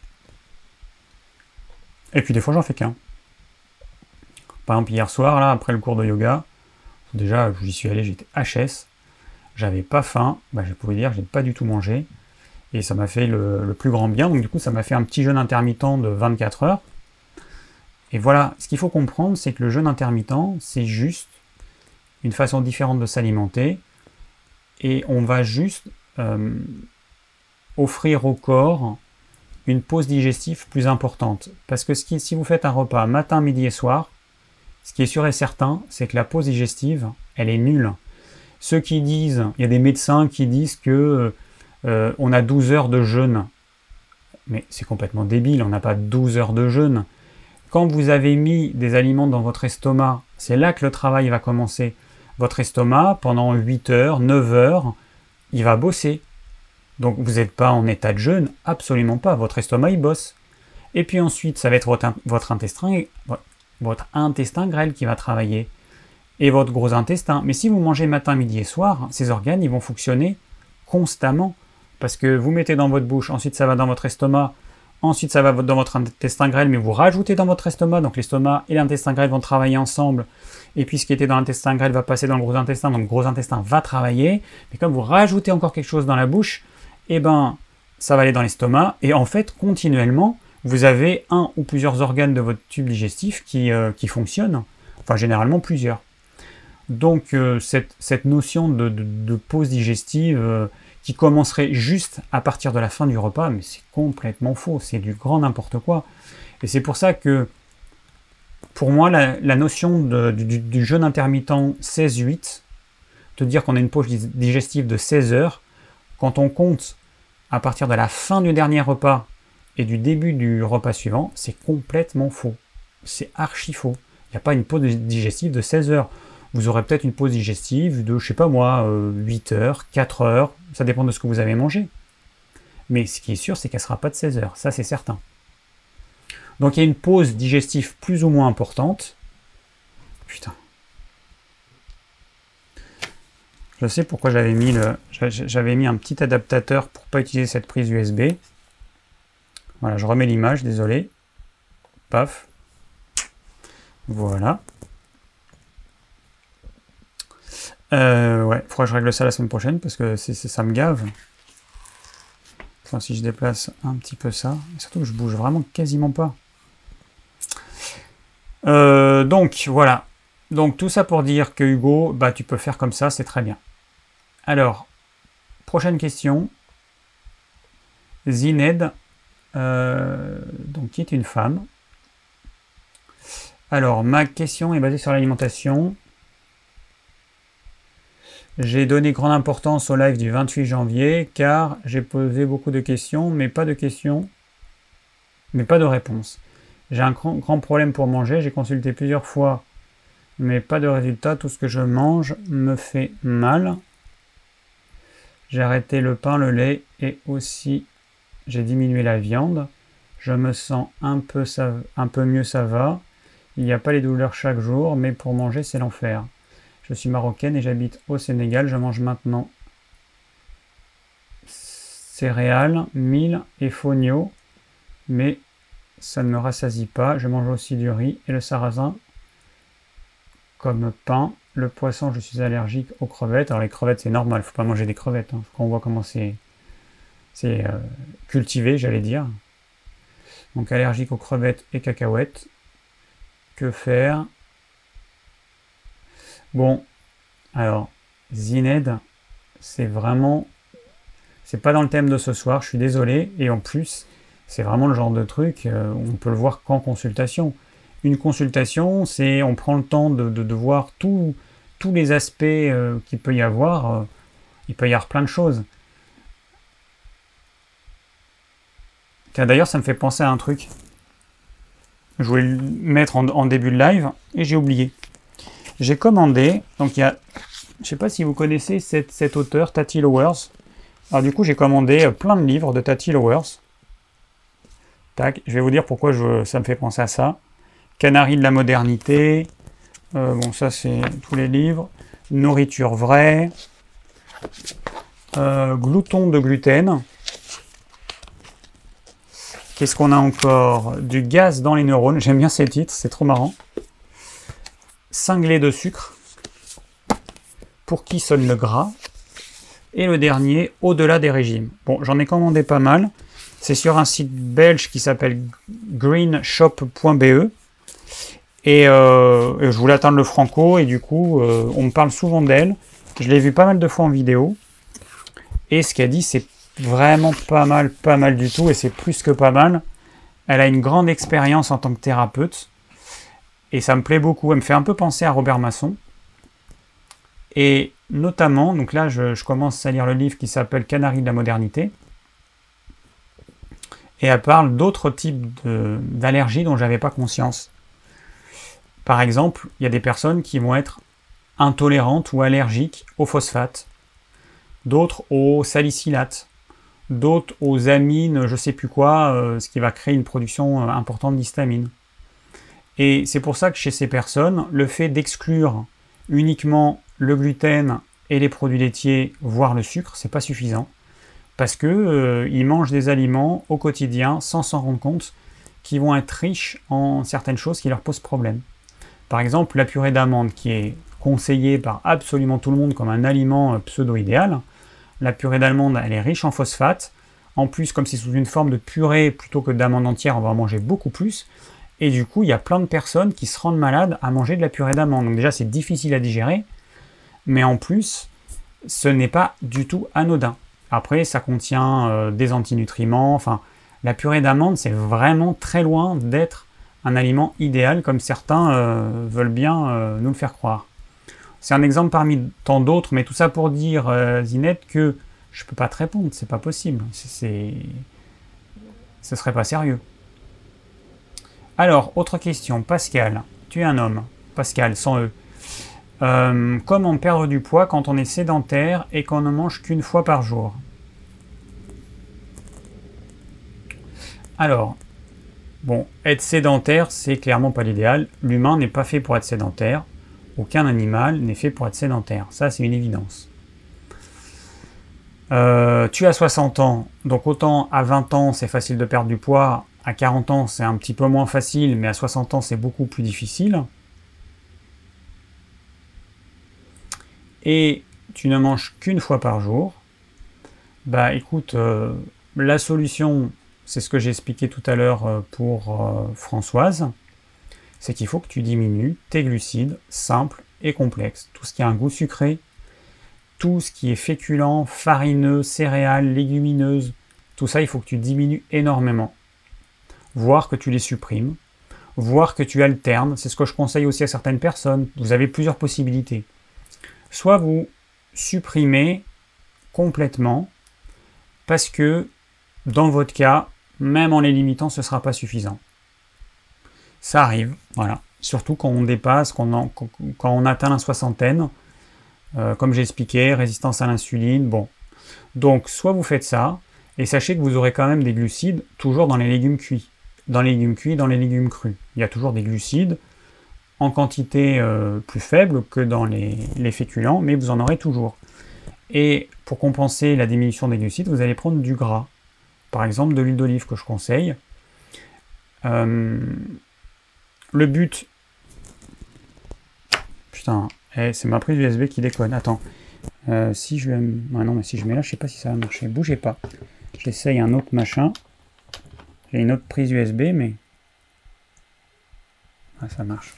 Et puis des fois j'en fais qu'un. Par exemple hier soir, là, après le cours de yoga, déjà j'y suis allé, j'étais HS, j'avais pas faim, je pouvais dire, j'ai pas du tout mangé, et ça m'a fait le plus grand bien. Donc du coup ça m'a fait un petit jeûne intermittent de 24 heures. Et voilà, ce qu'il faut comprendre, c'est que le jeûne intermittent, c'est juste une façon différente de s'alimenter, et on va juste offrir au corps une pause digestive plus importante. Parce que si vous faites un repas matin, midi et soir, ce qui est sûr et certain, c'est que la pause digestive, elle est nulle. Ceux qui disent, il y a des médecins qui disent que on a 12 heures de jeûne. Mais c'est complètement débile, on n'a pas 12 heures de jeûne. Quand vous avez mis des aliments dans votre estomac, c'est là que le travail va commencer. Votre estomac, pendant 8 heures, 9 heures, il va bosser. Donc vous n'êtes pas en état de jeûne, absolument pas. Votre estomac, il bosse. Et puis ensuite, ça va être votre intestin grêle qui va travailler. Et votre gros intestin. Mais si vous mangez matin, midi et soir, ces organes, ils vont fonctionner constamment. Parce que vous mettez dans votre bouche, ensuite ça va dans votre estomac, ensuite ça va dans votre intestin grêle, mais vous rajoutez dans votre estomac, donc l'estomac et l'intestin grêle vont travailler ensemble, et puis ce qui était dans l'intestin grêle va passer dans le gros intestin, donc le gros intestin va travailler, mais comme vous rajoutez encore quelque chose dans la bouche, ça va aller dans l'estomac, et en fait, continuellement, vous avez un ou plusieurs organes de votre tube digestif qui fonctionnent, enfin généralement plusieurs. Donc cette notion de pause digestive qui commencerait juste à partir de la fin du repas, mais c'est complètement faux, c'est du grand n'importe quoi. Et c'est pour ça que, pour moi, la notion du jeûne intermittent 16-8, te dire qu'on a une pause digestive de 16 heures, quand on compte à partir de la fin du dernier repas et du début du repas suivant, c'est complètement faux. C'est archi faux. Il n'y a pas une pause digestive de 16 heures. Vous aurez peut-être une pause digestive de, 8 heures, 4 heures, ça dépend de ce que vous avez mangé. Mais ce qui est sûr, c'est qu'elle ne sera pas de 16 heures, ça c'est certain. Donc il y a une pause digestive plus ou moins importante. Putain. Je sais pourquoi j'avais mis un petit adaptateur pour ne pas utiliser cette prise USB. Voilà, je remets l'image, désolé. Paf. Voilà. Ouais, il faudra que je règle ça la semaine prochaine parce que ça me gave. Enfin, si je déplace un petit peu ça, et surtout que je bouge vraiment quasiment pas. Donc voilà. Donc tout ça pour dire que Hugo, tu peux faire comme ça, c'est très bien. Alors, prochaine question. Zined, donc qui est une femme. Alors, ma question est basée sur l'alimentation. J'ai donné grande importance au live du 28 janvier car j'ai posé beaucoup de questions, mais pas de réponses. J'ai un grand problème pour manger, j'ai consulté plusieurs fois, mais pas de résultat. Tout ce que je mange me fait mal. J'ai arrêté le pain, le lait et aussi j'ai diminué la viande. Je me sens un peu mieux, ça va. il n'y a pas les douleurs chaque jour, mais pour manger, c'est l'enfer. Je suis marocaine et j'habite au Sénégal. Je mange maintenant céréales, mil et fonio, mais ça ne me rassasie pas. Je mange aussi du riz et le sarrasin comme pain. Le poisson, je suis allergique aux crevettes. Alors les crevettes, c'est normal, il ne faut pas manger des crevettes. Hein. Quand on voit comment c'est cultivé, j'allais dire. Donc allergique aux crevettes et cacahuètes. Que faire? Bon, alors, Zined, c'est vraiment... C'est pas dans le thème de ce soir, je suis désolé. Et en plus, c'est vraiment le genre de truc, on peut le voir qu'en consultation. Une consultation, c'est on prend le temps de voir tous les aspects qu'il peut y avoir. Il peut y avoir plein de choses. Tiens, d'ailleurs, ça me fait penser à un truc. Je voulais le mettre en début de live et j'ai oublié. J'ai commandé, donc il y a, je sais pas si vous connaissez cet auteur, Tati Lowers. Alors du coup, j'ai commandé plein de livres de Tati Lowers. Tac, je vais vous dire pourquoi ça me fait penser à ça. Canari de la modernité. Bon, ça c'est tous les livres. Nourriture vraie. Glouton de gluten. Qu'est-ce qu'on a encore? Du gaz dans les neurones. J'aime bien ces titres, c'est trop marrant. Cinglé de sucre. Pour qui sonne le gras. Et le dernier, au-delà des régimes. Bon, j'en ai commandé pas mal. C'est sur un site belge qui s'appelle greenshop.be. Et je voulais atteindre le franco. Et du coup, on me parle souvent d'elle. Je l'ai vu pas mal de fois en vidéo. Et ce qu'elle dit, c'est vraiment pas mal du tout. Et c'est plus que pas mal. Elle a une grande expérience en tant que thérapeute. Et ça me plaît beaucoup. Elle me fait un peu penser à Robert Masson. Et notamment, donc là je commence à lire le livre qui s'appelle Canari de la modernité. Et elle parle d'autres types d'allergies dont je n'avais pas conscience. Par exemple, il y a des personnes qui vont être intolérantes ou allergiques au phosphate, d'autres au salicylate, d'autres aux amines, je ne sais plus quoi, ce qui va créer une production importante d'histamine. Et c'est pour ça que chez ces personnes, le fait d'exclure uniquement le gluten et les produits laitiers, voire le sucre, c'est pas suffisant. Parce que ils mangent des aliments au quotidien sans s'en rendre compte qui vont être riches en certaines choses qui leur posent problème. Par exemple, la purée d'amande qui est conseillée par absolument tout le monde comme un aliment pseudo-idéal. La purée d'amande, elle est riche en phosphate. En plus, comme c'est sous une forme de purée plutôt que d'amande entière, on va en manger beaucoup plus. Et du coup, il y a plein de personnes qui se rendent malades à manger de la purée d'amande. Donc déjà, c'est difficile à digérer. Mais en plus, ce n'est pas du tout anodin. Après, ça contient des antinutriments. Enfin, la purée d'amande, c'est vraiment très loin d'être un aliment idéal, comme certains veulent bien nous le faire croire. C'est un exemple parmi tant d'autres, mais tout ça pour dire, Zinette, que je ne peux pas te répondre, c'est pas possible. Ce serait pas sérieux. Alors, autre question. Pascal, tu es un homme. Pascal, sans E. Comment perdre du poids quand on est sédentaire et qu'on ne mange qu'une fois par jour? Alors, bon, être sédentaire, c'est clairement pas l'idéal. L'humain n'est pas fait pour être sédentaire. Aucun animal n'est fait pour être sédentaire. Ça, c'est une évidence. Tu as 60 ans, donc autant à 20 ans, c'est facile de perdre du poids. À 40 ans, c'est un petit peu moins facile, mais à 60 ans, c'est beaucoup plus difficile. Et tu ne manges qu'une fois par jour. Bah écoute, la solution, c'est ce que j'ai expliqué tout à l'heure pour Françoise, c'est qu'il faut que tu diminues tes glucides simples et complexes. Tout ce qui a un goût sucré, tout ce qui est féculent, farineux, céréales, légumineuses, tout ça, il faut que tu diminues énormément. Voire que tu les supprimes, voire que tu alternes. C'est ce que je conseille aussi à certaines personnes. Vous avez plusieurs possibilités. Soit vous supprimez complètement, parce que dans votre cas, même en les limitant, ce ne sera pas suffisant. Ça arrive, voilà. Surtout quand on dépasse, quand on atteint la soixantaine, comme j'ai expliqué, résistance à l'insuline, bon. Donc, soit vous faites ça, et sachez que vous aurez quand même des glucides toujours dans les légumes cuits. Dans les légumes cuits, dans les légumes crus. Il y a toujours des glucides. en quantité plus faible que dans les féculents, mais vous en aurez toujours. Et pour compenser la diminution des glucides, vous allez prendre du gras. Par exemple, de l'huile d'olive que je conseille. Le but... Putain, c'est ma prise USB qui déconne. Attends. Si je... Ah non, mais si je mets là, je sais pas si ça va marcher. Bougez pas. J'essaye un autre machin. J'ai une autre prise USB, mais... Ah, ça marche.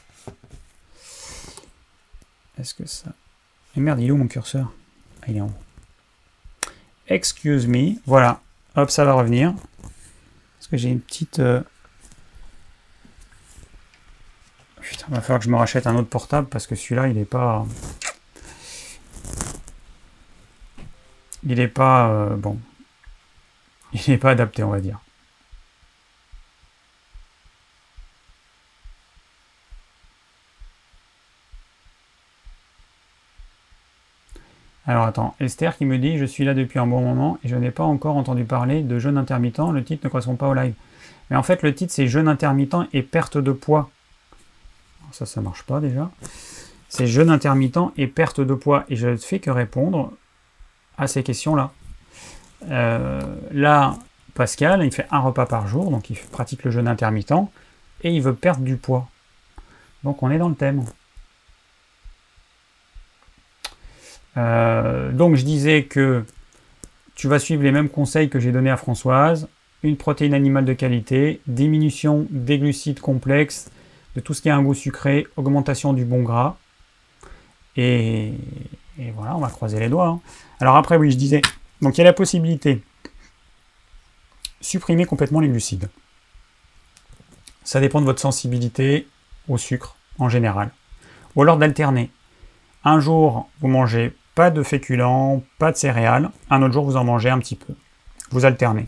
Est-ce que ça... Mais merde, il est où mon curseur? Ah, il est en haut. Excuse me. Voilà. Hop, ça va revenir. Parce que j'ai une petite... Putain, il va falloir que je me rachète un autre portable parce que celui-là, il n'est pas... Il n'est pas... bon. Il n'est pas adapté, on va dire. Alors attends, Esther qui me dit « Je suis là depuis un bon moment et je n'ai pas encore entendu parler de jeûne intermittent, le titre ne correspond pas au live. » Mais en fait, le titre, c'est « Jeûne intermittent et perte de poids ». Ça marche pas déjà. C'est « Jeûne intermittent et perte de poids ». Et je ne fais que répondre à ces questions-là. Là, Pascal, il fait un repas par jour, donc il pratique le jeûne intermittent et il veut perdre du poids. Donc on est dans le thème. Donc je disais que tu vas suivre les mêmes conseils que j'ai donnés à Françoise, une protéine animale de qualité, diminution des glucides complexes, de tout ce qui a un goût sucré, augmentation du bon gras, et voilà, on va croiser les doigts. Alors après, oui, je disais, donc il y a la possibilité de supprimer complètement les glucides. Ça dépend de votre sensibilité au sucre en général. Ou alors d'alterner. Un jour, vous mangez pas de féculents, pas de céréales. Un autre jour, vous en mangez un petit peu. Vous alternez.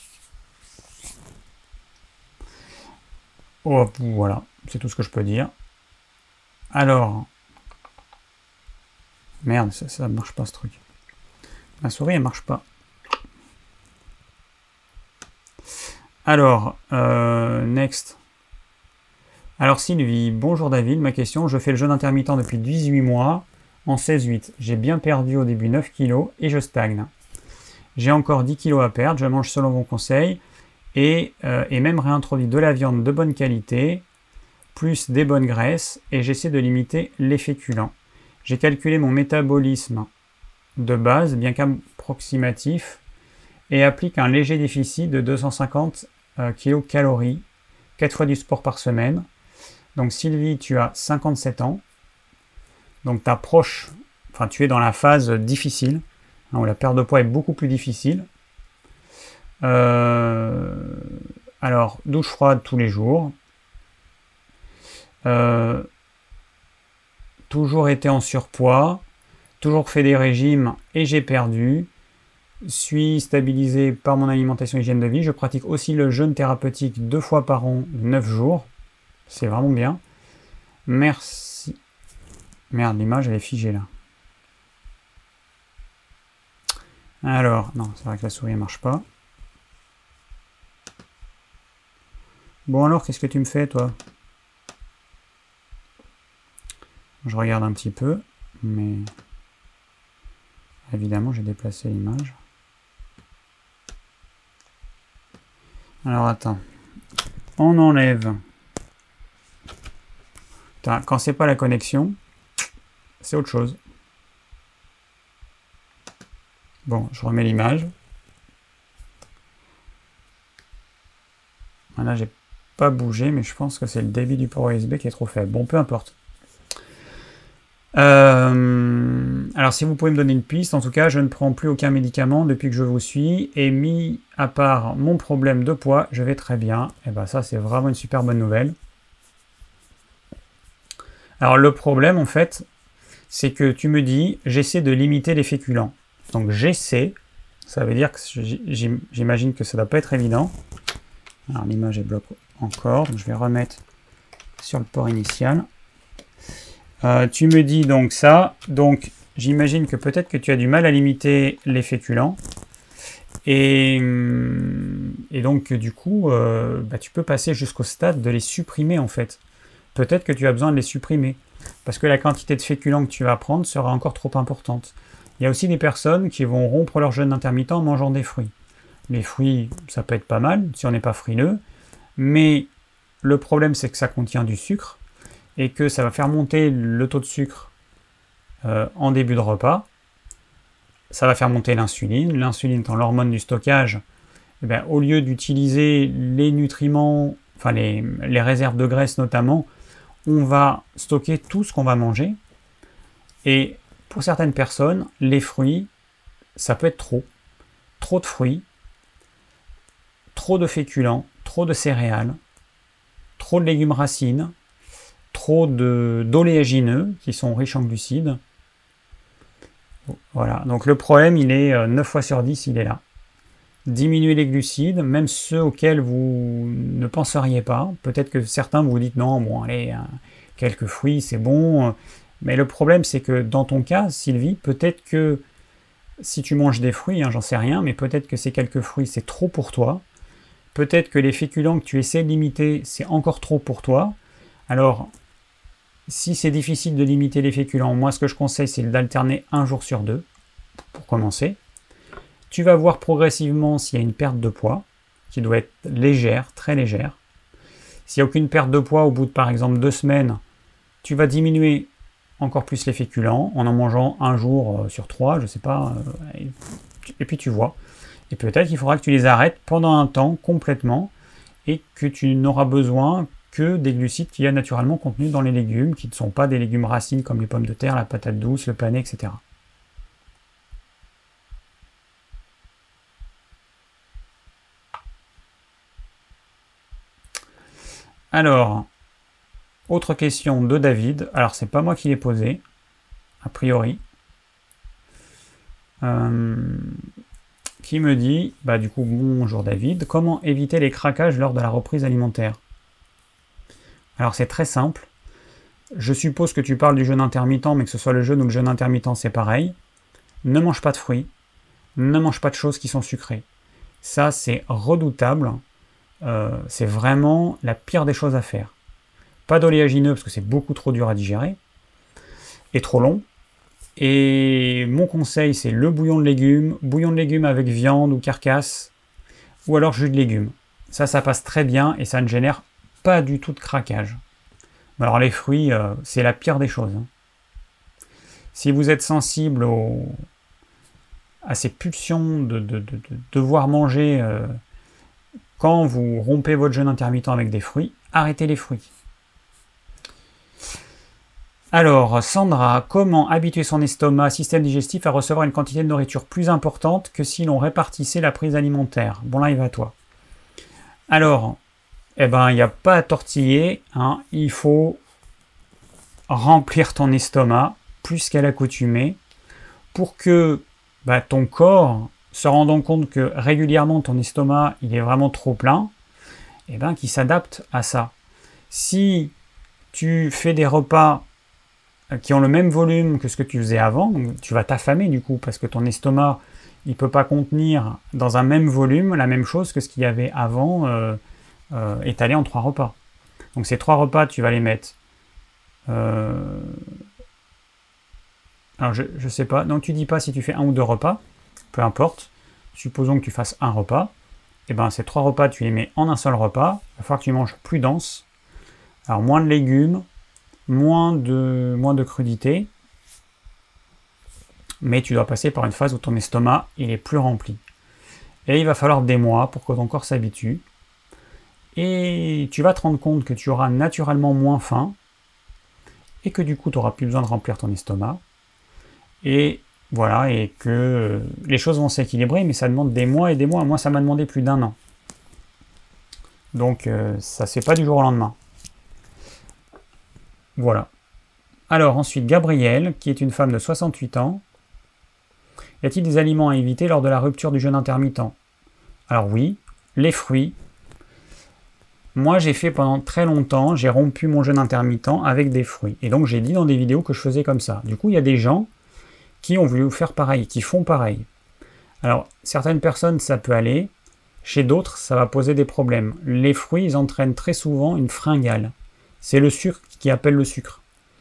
Oh, voilà, c'est tout ce que je peux dire. Alors... Merde, ça marche pas ce truc. Ma souris, elle marche pas. Alors, next. Alors Sylvie, bonjour David, ma question, je fais le jeûne intermittent depuis 18 mois, en 16-8. J'ai bien perdu au début 9 kg et je stagne. J'ai encore 10 kg à perdre, je mange selon vos conseils et même réintroduit de la viande de bonne qualité, plus des bonnes graisses et j'essaie de limiter les féculents. J'ai calculé mon métabolisme de base, bien qu'approximatif, et applique un léger déficit de 250 kcal, 4 fois du sport par semaine. Donc Sylvie, tu as 57 ans, donc tu es dans la phase difficile, où la perte de poids est beaucoup plus difficile. Alors, douche froide tous les jours. Toujours été en surpoids, toujours fait des régimes et j'ai perdu. Suis stabilisé par mon alimentation et hygiène de vie. Je pratique aussi le jeûne thérapeutique 2 fois par an, 9 jours. C'est vraiment bien. Merci. Merde, l'image elle est figée là. Alors, non, c'est vrai que la souris ne marche pas. Bon alors, qu'est-ce que tu me fais toi? Je regarde un petit peu, mais évidemment j'ai déplacé l'image. Alors attends, on enlève. Putain, quand c'est pas la connexion, c'est autre chose. Bon, je remets l'image. Là, j'ai pas bougé, mais je pense que c'est le débit du port USB qui est trop faible. Bon, peu importe. Alors si vous pouvez me donner une piste, en tout cas je ne prends plus aucun médicament depuis que je vous suis et mis à part mon problème de poids, je vais très bien. Et ben ça c'est vraiment une super bonne nouvelle. Alors le problème en fait, c'est que tu me dis j'essaie de limiter les féculents. Donc j'essaie, ça veut dire que j'imagine que ça ne doit pas être évident. Alors l'image est bloquée encore, donc je vais remettre sur le port initial. Tu me dis donc ça, donc j'imagine que peut-être que tu as du mal à limiter les féculents et donc du coup tu peux passer jusqu'au stade de les supprimer en fait. peut-être que tu as besoin de les supprimer, parce que la quantité de féculents que tu vas prendre sera encore trop importante. Il y a aussi des personnes qui vont rompre leur jeûne intermittent en mangeant des fruits. Les fruits, ça peut être pas mal, si on n'est pas frileux, mais le problème, c'est que ça contient du sucre, et que ça va faire monter le taux de sucre en début de repas. Ça va faire monter l'insuline. L'insuline étant l'hormone du stockage, eh bien, au lieu d'utiliser les nutriments, enfin les réserves de graisse notamment, on va stocker tout ce qu'on va manger. Et pour certaines personnes, les fruits, ça peut être trop. Trop de fruits, trop de féculents, trop de céréales, trop de légumes racines, trop d'oléagineux qui sont riches en glucides. Voilà, donc le problème, il est 9 fois sur 10, il est là. Diminuer les glucides, même ceux auxquels vous ne penseriez pas. Peut-être que certains vous dites non, bon allez, quelques fruits, c'est bon. Mais le problème, c'est que dans ton cas, Sylvie, peut-être que si tu manges des fruits, j'en sais rien, mais peut-être que ces quelques fruits, c'est trop pour toi. Peut-être que les féculents que tu essaies de limiter, c'est encore trop pour toi. Alors, si c'est difficile de limiter les féculents, moi ce que je conseille, c'est d'alterner un jour sur 2, pour commencer. Tu vas voir progressivement s'il y a une perte de poids, qui doit être légère, très légère. S'il n'y a aucune perte de poids au bout de par exemple 2 semaines, tu vas diminuer encore plus les féculents en mangeant un jour sur 3, je sais pas, et puis tu vois. Et peut-être qu'il faudra que tu les arrêtes pendant un temps complètement et que tu n'auras besoin que des glucides qu'il y a naturellement contenus dans les légumes, qui ne sont pas des légumes racines comme les pommes de terre, la patate douce, le panais, etc. Alors, autre question de David. Alors, c'est pas moi qui l'ai posée, a priori. Qui me dit, du coup, bonjour David, comment éviter les craquages lors de la reprise alimentaire? Alors, c'est très simple. Je suppose que tu parles du jeûne intermittent, mais que ce soit le jeûne ou le jeûne intermittent, c'est pareil. Ne mange pas de fruits, ne mange pas de choses qui sont sucrées. Ça, c'est redoutable. C'est vraiment la pire des choses à faire. Pas d'oléagineux, parce que c'est beaucoup trop dur à digérer, et trop long. Et mon conseil, c'est le bouillon de légumes avec viande ou carcasse, ou alors jus de légumes. Ça passe très bien, et ça ne génère pas du tout de craquage. Alors les fruits, c'est la pire des choses. Si vous êtes sensible à ces pulsions de devoir manger quand vous rompez votre jeûne intermittent avec des fruits, arrêtez les fruits. Alors, Sandra, comment habituer son estomac, système digestif à recevoir une quantité de nourriture plus importante que si l'on répartissait la prise alimentaire? Bon, là, il va à toi. Alors, il n'y a pas à tortiller, il faut remplir ton estomac plus qu'à l'accoutumée pour que ton corps, se rendant compte que régulièrement ton estomac il est vraiment trop plein, qu'il s'adapte à ça. Si tu fais des repas qui ont le même volume que ce que tu faisais avant, donc tu vas t'affamer du coup, parce que ton estomac il ne peut pas contenir dans un même volume la même chose que ce qu'il y avait avant étalé en 3 repas. Donc ces 3 repas, tu vas les mettre... Alors je sais pas, donc tu dis pas si tu fais 1 ou 2 repas, peu importe, supposons que tu fasses un repas, ces 3 repas, tu les mets en un seul repas, il va falloir que tu manges plus dense, alors moins de légumes, moins de crudité, mais tu dois passer par une phase où ton estomac il est plus rempli. Et il va falloir des mois pour que ton corps s'habitue, et tu vas te rendre compte que tu auras naturellement moins faim, et que du coup tu n'auras plus besoin de remplir ton estomac, et voilà, et que les choses vont s'équilibrer, mais ça demande des mois et des mois. Moi, ça m'a demandé plus d'1 an. Donc, ça ne se fait pas du jour au lendemain. Voilà. Alors, ensuite, Gabrielle, qui est une femme de 68 ans. Y a-t-il des aliments à éviter lors de la rupture du jeûne intermittent? Alors oui, les fruits. Moi, j'ai fait pendant très longtemps, j'ai rompu mon jeûne intermittent avec des fruits. Et donc, j'ai dit dans des vidéos que je faisais comme ça. Du coup, il y a des gens qui ont voulu faire pareil, qui font pareil. Alors, certaines personnes, ça peut aller. Chez d'autres, ça va poser des problèmes. Les fruits, ils entraînent très souvent une fringale. C'est le sucre qui appelle le sucre.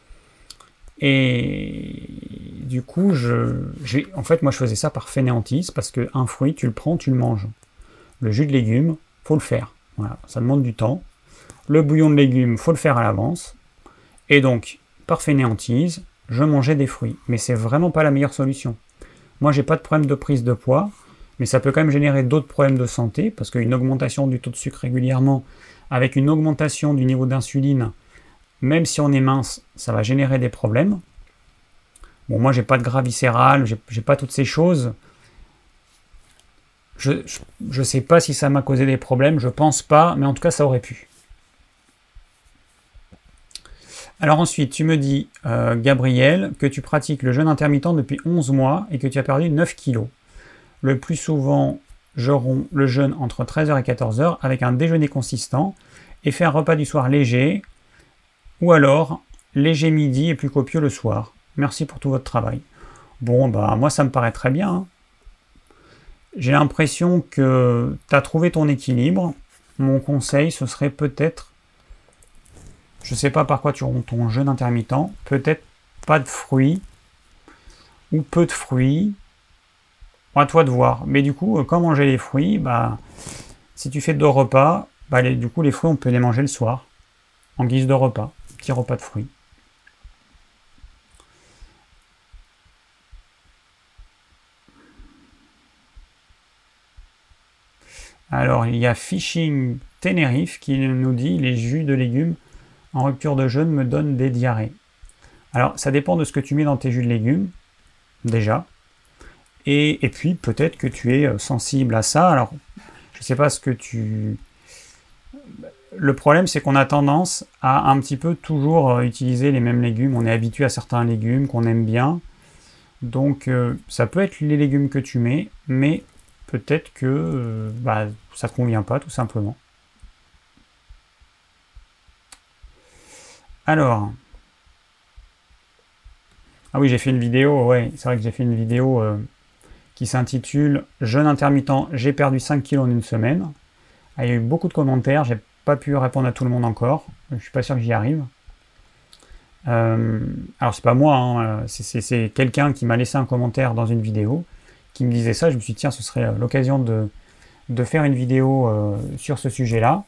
Et du coup, en fait, moi, je faisais ça par fainéantise, parce qu'un fruit, tu le prends, tu le manges. Le jus de légumes, faut le faire. Voilà, ça demande du temps. Le bouillon de légumes, faut le faire à l'avance. Et donc, par fainéantise, je mangeais des fruits. Mais c'est vraiment pas la meilleure solution. Moi, j'ai pas de problème de prise de poids, mais ça peut quand même générer d'autres problèmes de santé, parce qu'une augmentation du taux de sucre régulièrement, avec une augmentation du niveau d'insuline, même si on est mince, ça va générer des problèmes. Bon, moi, j'ai pas de gras viscéral, j'ai pas toutes ces choses. Je sais pas si ça m'a causé des problèmes, je pense pas, mais en tout cas, ça aurait pu. Alors ensuite, tu me dis, Gabriel, que tu pratiques le jeûne intermittent depuis 11 mois et que tu as perdu 9 kilos. Le plus souvent, je romps le jeûne entre 13h et 14h avec un déjeuner consistant et fais un repas du soir léger, ou alors léger midi et plus copieux le soir. Merci pour tout votre travail. Bon, bah moi ça me paraît très bien. Hein. J'ai l'impression que tu as trouvé ton équilibre. Mon conseil, ce serait peut-être, je ne sais pas par quoi tu romps ton jeûne intermittent, peut-être pas de fruits, ou peu de fruits, à toi de voir. Mais du coup, quand manger les fruits, bah, si tu fais 2 repas, bah, du coup les fruits on peut les manger le soir, en guise de repas, petit repas de fruits. Alors, il y a Fishing Tenerife qui nous dit « Les jus de légumes en rupture de jeûne me donnent des diarrhées ». Alors, ça dépend de ce que tu mets dans tes jus de légumes, déjà. Et puis, peut-être que tu es sensible à ça. Alors, je ne sais pas ce que tu... Le problème, c'est qu'on a tendance à un petit peu toujours utiliser les mêmes légumes. On est habitué à certains légumes qu'on aime bien. Donc, ça peut être les légumes que tu mets, mais peut-être que ça ne te convient pas, tout simplement. Alors, ah oui, j'ai fait une vidéo, ouais, c'est vrai que j'ai fait une vidéo qui s'intitule « Jeûne intermittent, j'ai perdu 5 kilos en une semaine ». Ah, il y a eu beaucoup de commentaires, j'ai pas pu répondre à tout le monde encore, je suis pas sûr que j'y arrive. Alors c'est pas moi, hein, c'est quelqu'un qui m'a laissé un commentaire dans une vidéo, qui me disait ça, je me suis dit tiens, ce serait l'occasion de faire une vidéo sur ce sujet-là.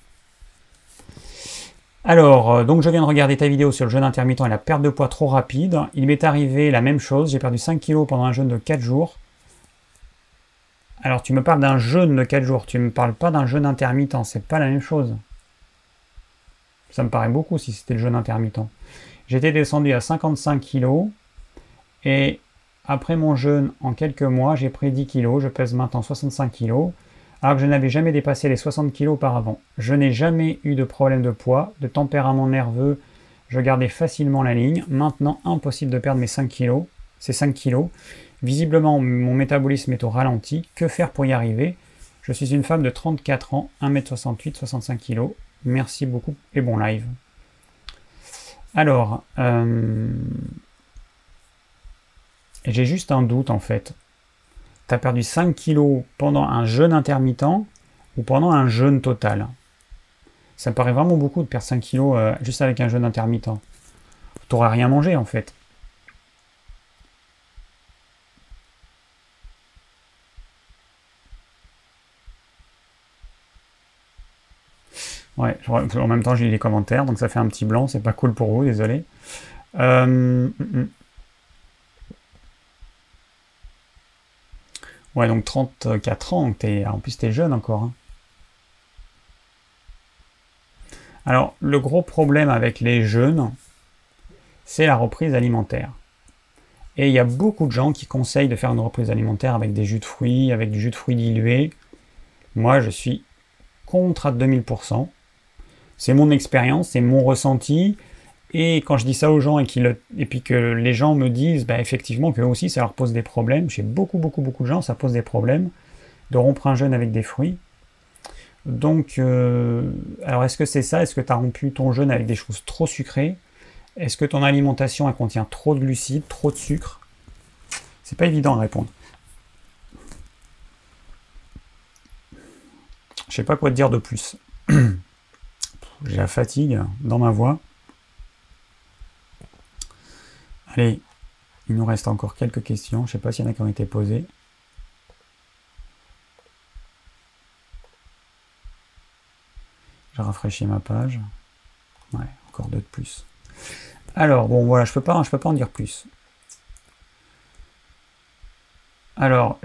Alors, donc je viens de regarder ta vidéo sur le jeûne intermittent et la perte de poids trop rapide. Il m'est arrivé la même chose, j'ai perdu 5 kilos pendant un jeûne de 4 jours. Alors tu me parles d'un jeûne de 4 jours, tu ne me parles pas d'un jeûne intermittent, c'est pas la même chose. Ça me paraît beaucoup si c'était le jeûne intermittent. J'étais descendu à 55 kilos et après mon jeûne en quelques mois, j'ai pris 10 kilos, je pèse maintenant 65 kilos, alors que je n'avais jamais dépassé les 60 kilos auparavant. Je n'ai jamais eu de problème de poids, de tempérament nerveux, je gardais facilement la ligne. Maintenant, impossible de perdre mes 5 kilos, ces 5 kilos. Visiblement, mon métabolisme est au ralenti. Que faire pour y arriver? Je suis une femme de 34 ans, 1m68, 65 kg. Merci beaucoup et bon live. Alors, j'ai juste un doute en fait. Tu as perdu 5 kilos pendant un jeûne intermittent ou pendant un jeûne total? Ça me paraît vraiment beaucoup de perdre 5 kilos juste avec un jeûne intermittent. Tu n'auras rien mangé en fait. Ouais, en même temps j'ai lu les commentaires, donc ça fait un petit blanc, c'est pas cool pour vous, désolé. Ouais, donc 34 ans, en plus t'es jeune encore. Hein. Alors, le gros problème avec les jeûnes, c'est la reprise alimentaire. Et il y a beaucoup de gens qui conseillent de faire une reprise alimentaire avec des jus de fruits, avec du jus de fruits dilué. Moi, je suis contre à 2000%. C'est mon expérience, c'est mon ressenti. Et quand je dis ça aux gens et puis que les gens me disent effectivement qu'eux aussi ça leur pose des problèmes, chez beaucoup de gens ça pose des problèmes de rompre un jeûne avec des fruits. Donc, alors est-ce que c'est ça? Est-ce que tu as rompu ton jeûne avec des choses trop sucrées? Est-ce que ton alimentation elle contient trop de glucides, trop de sucre? C'est pas évident à répondre. Je sais pas quoi te dire de plus. J'ai la fatigue dans ma voix. Allez, il nous reste encore quelques questions. Je ne sais pas s'il y en a qui ont été posées. Je rafraîchis ma page. Ouais, encore deux de plus. Alors, bon, voilà, je peux pas en dire plus. Alors,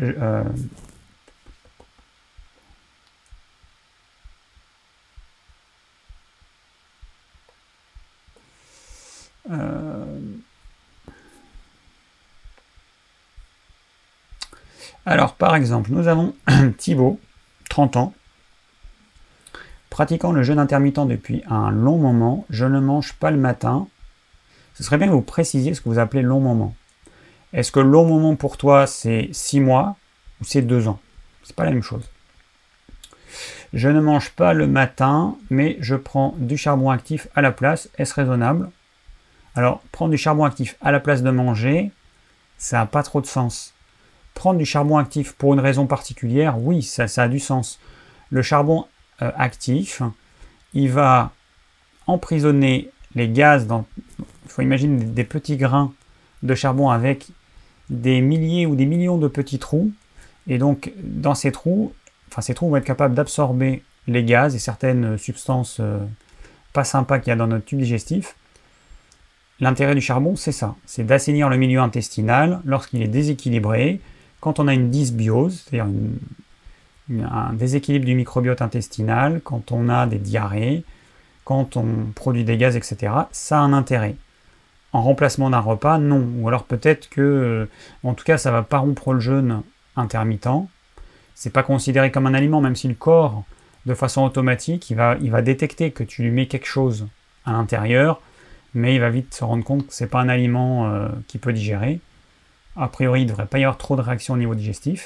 alors, par exemple, nous avons Thibaut, 30 ans, pratiquant le jeûne intermittent depuis un long moment. Je ne mange pas le matin. Ce serait bien que vous précisiez ce que vous appelez long moment. Est-ce que long moment pour toi, c'est 6 mois ou c'est 2 ans? C'est pas la même chose. Je ne mange pas le matin, mais je prends du charbon actif à la place. Est-ce raisonnable? Alors, prendre du charbon actif à la place de manger, ça n'a pas trop de sens. Prendre du charbon actif pour une raison particulière, oui, ça a du sens. Le charbon actif, il va emprisonner les gaz dans... Il faut imaginer des petits grains de charbon avec des milliers ou des millions de petits trous. Et donc, dans ces trous vont être capables d'absorber les gaz et certaines substances pas sympas qu'il y a dans notre tube digestif. L'intérêt du charbon, c'est ça, c'est d'assainir le milieu intestinal lorsqu'il est déséquilibré. Quand on a une dysbiose, c'est-à-dire un déséquilibre du microbiote intestinal, quand on a des diarrhées, quand on produit des gaz, etc., ça a un intérêt. En remplacement d'un repas, non. Ou alors peut-être que, en tout cas, ça ne va pas rompre le jeûne intermittent. C'est pas considéré comme un aliment, même si le corps, de façon automatique, il va détecter que tu lui mets quelque chose à l'intérieur, mais il va vite se rendre compte que c'est pas un aliment qu'il peut digérer. A priori, il ne devrait pas y avoir trop de réactions au niveau digestif.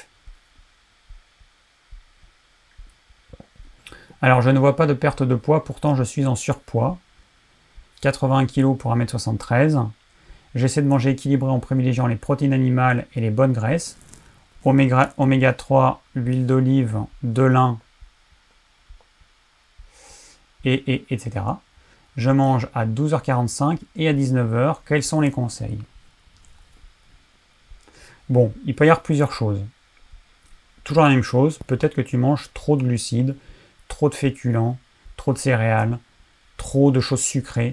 Alors, je ne vois pas de perte de poids, pourtant je suis en surpoids. 81 kg pour 1m73. J'essaie de manger équilibré en privilégiant les protéines animales et les bonnes graisses. Oméga 3, huile d'olive, de lin, etc. Je mange à 12h45 et à 19h. Quels sont les conseils? Bon, il peut y avoir plusieurs choses. Toujours la même chose, peut-être que tu manges trop de glucides, trop de féculents, trop de céréales, trop de choses sucrées.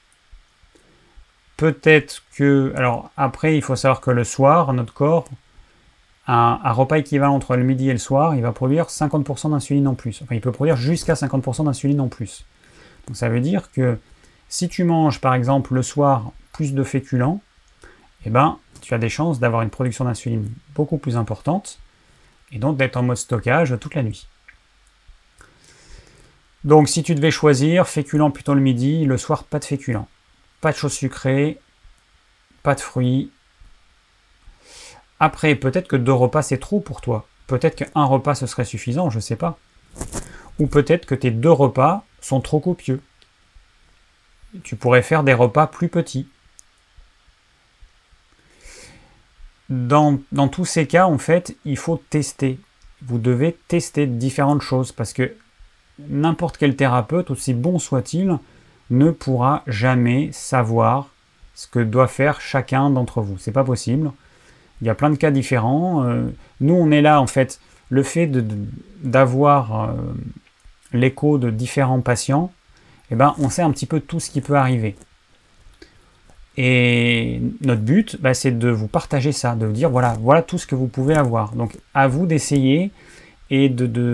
Peut-être que... Alors après, il faut savoir que le soir, notre corps, un repas équivalent entre le midi et le soir, il va produire 50% d'insuline en plus. Enfin, il peut produire jusqu'à 50% d'insuline en plus. Donc ça veut dire que si tu manges par exemple le soir plus de féculents, eh ben, tu as des chances d'avoir une production d'insuline beaucoup plus importante et donc d'être en mode stockage toute la nuit. Donc si tu devais choisir, féculents plutôt le midi, le soir pas de féculents. Pas de choses sucrées, pas de fruits. Après, peut-être que 2 repas c'est trop pour toi. Peut-être qu'un repas ce serait suffisant, je ne sais pas. Ou peut-être que tes 2 repas sont trop copieux. Tu pourrais faire des repas plus petits. Dans tous ces cas, en fait, il faut tester. Vous devez tester différentes choses parce que n'importe quel thérapeute, aussi bon soit-il, ne pourra jamais savoir ce que doit faire chacun d'entre vous. C'est pas possible. Il y a plein de cas différents. Nous, on est là, en fait, le fait d'avoir l'écho de différents patients, eh ben, on sait un petit peu tout ce qui peut arriver. Et notre but, c'est de vous partager ça, de vous dire voilà tout ce que vous pouvez avoir. Donc à vous d'essayer et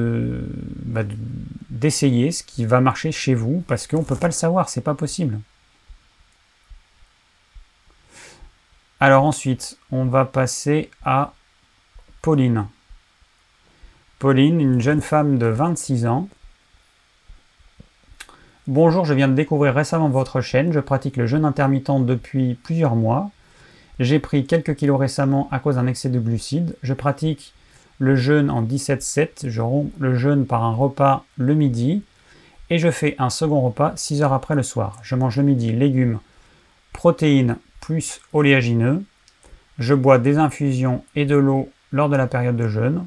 d'essayer ce qui va marcher chez vous, parce qu'on ne peut pas le savoir, c'est pas possible. Alors ensuite, on va passer à Pauline. Pauline, une jeune femme de 26 ans. Bonjour, je viens de découvrir récemment votre chaîne. Je pratique le jeûne intermittent depuis plusieurs mois. J'ai pris quelques kilos récemment à cause d'un excès de glucides. Je pratique le jeûne en 17-7. Je romps le jeûne par un repas le midi et je fais un second repas 6 heures après le soir. Je mange le midi légumes, protéines plus oléagineux. Je bois des infusions et de l'eau lors de la période de jeûne.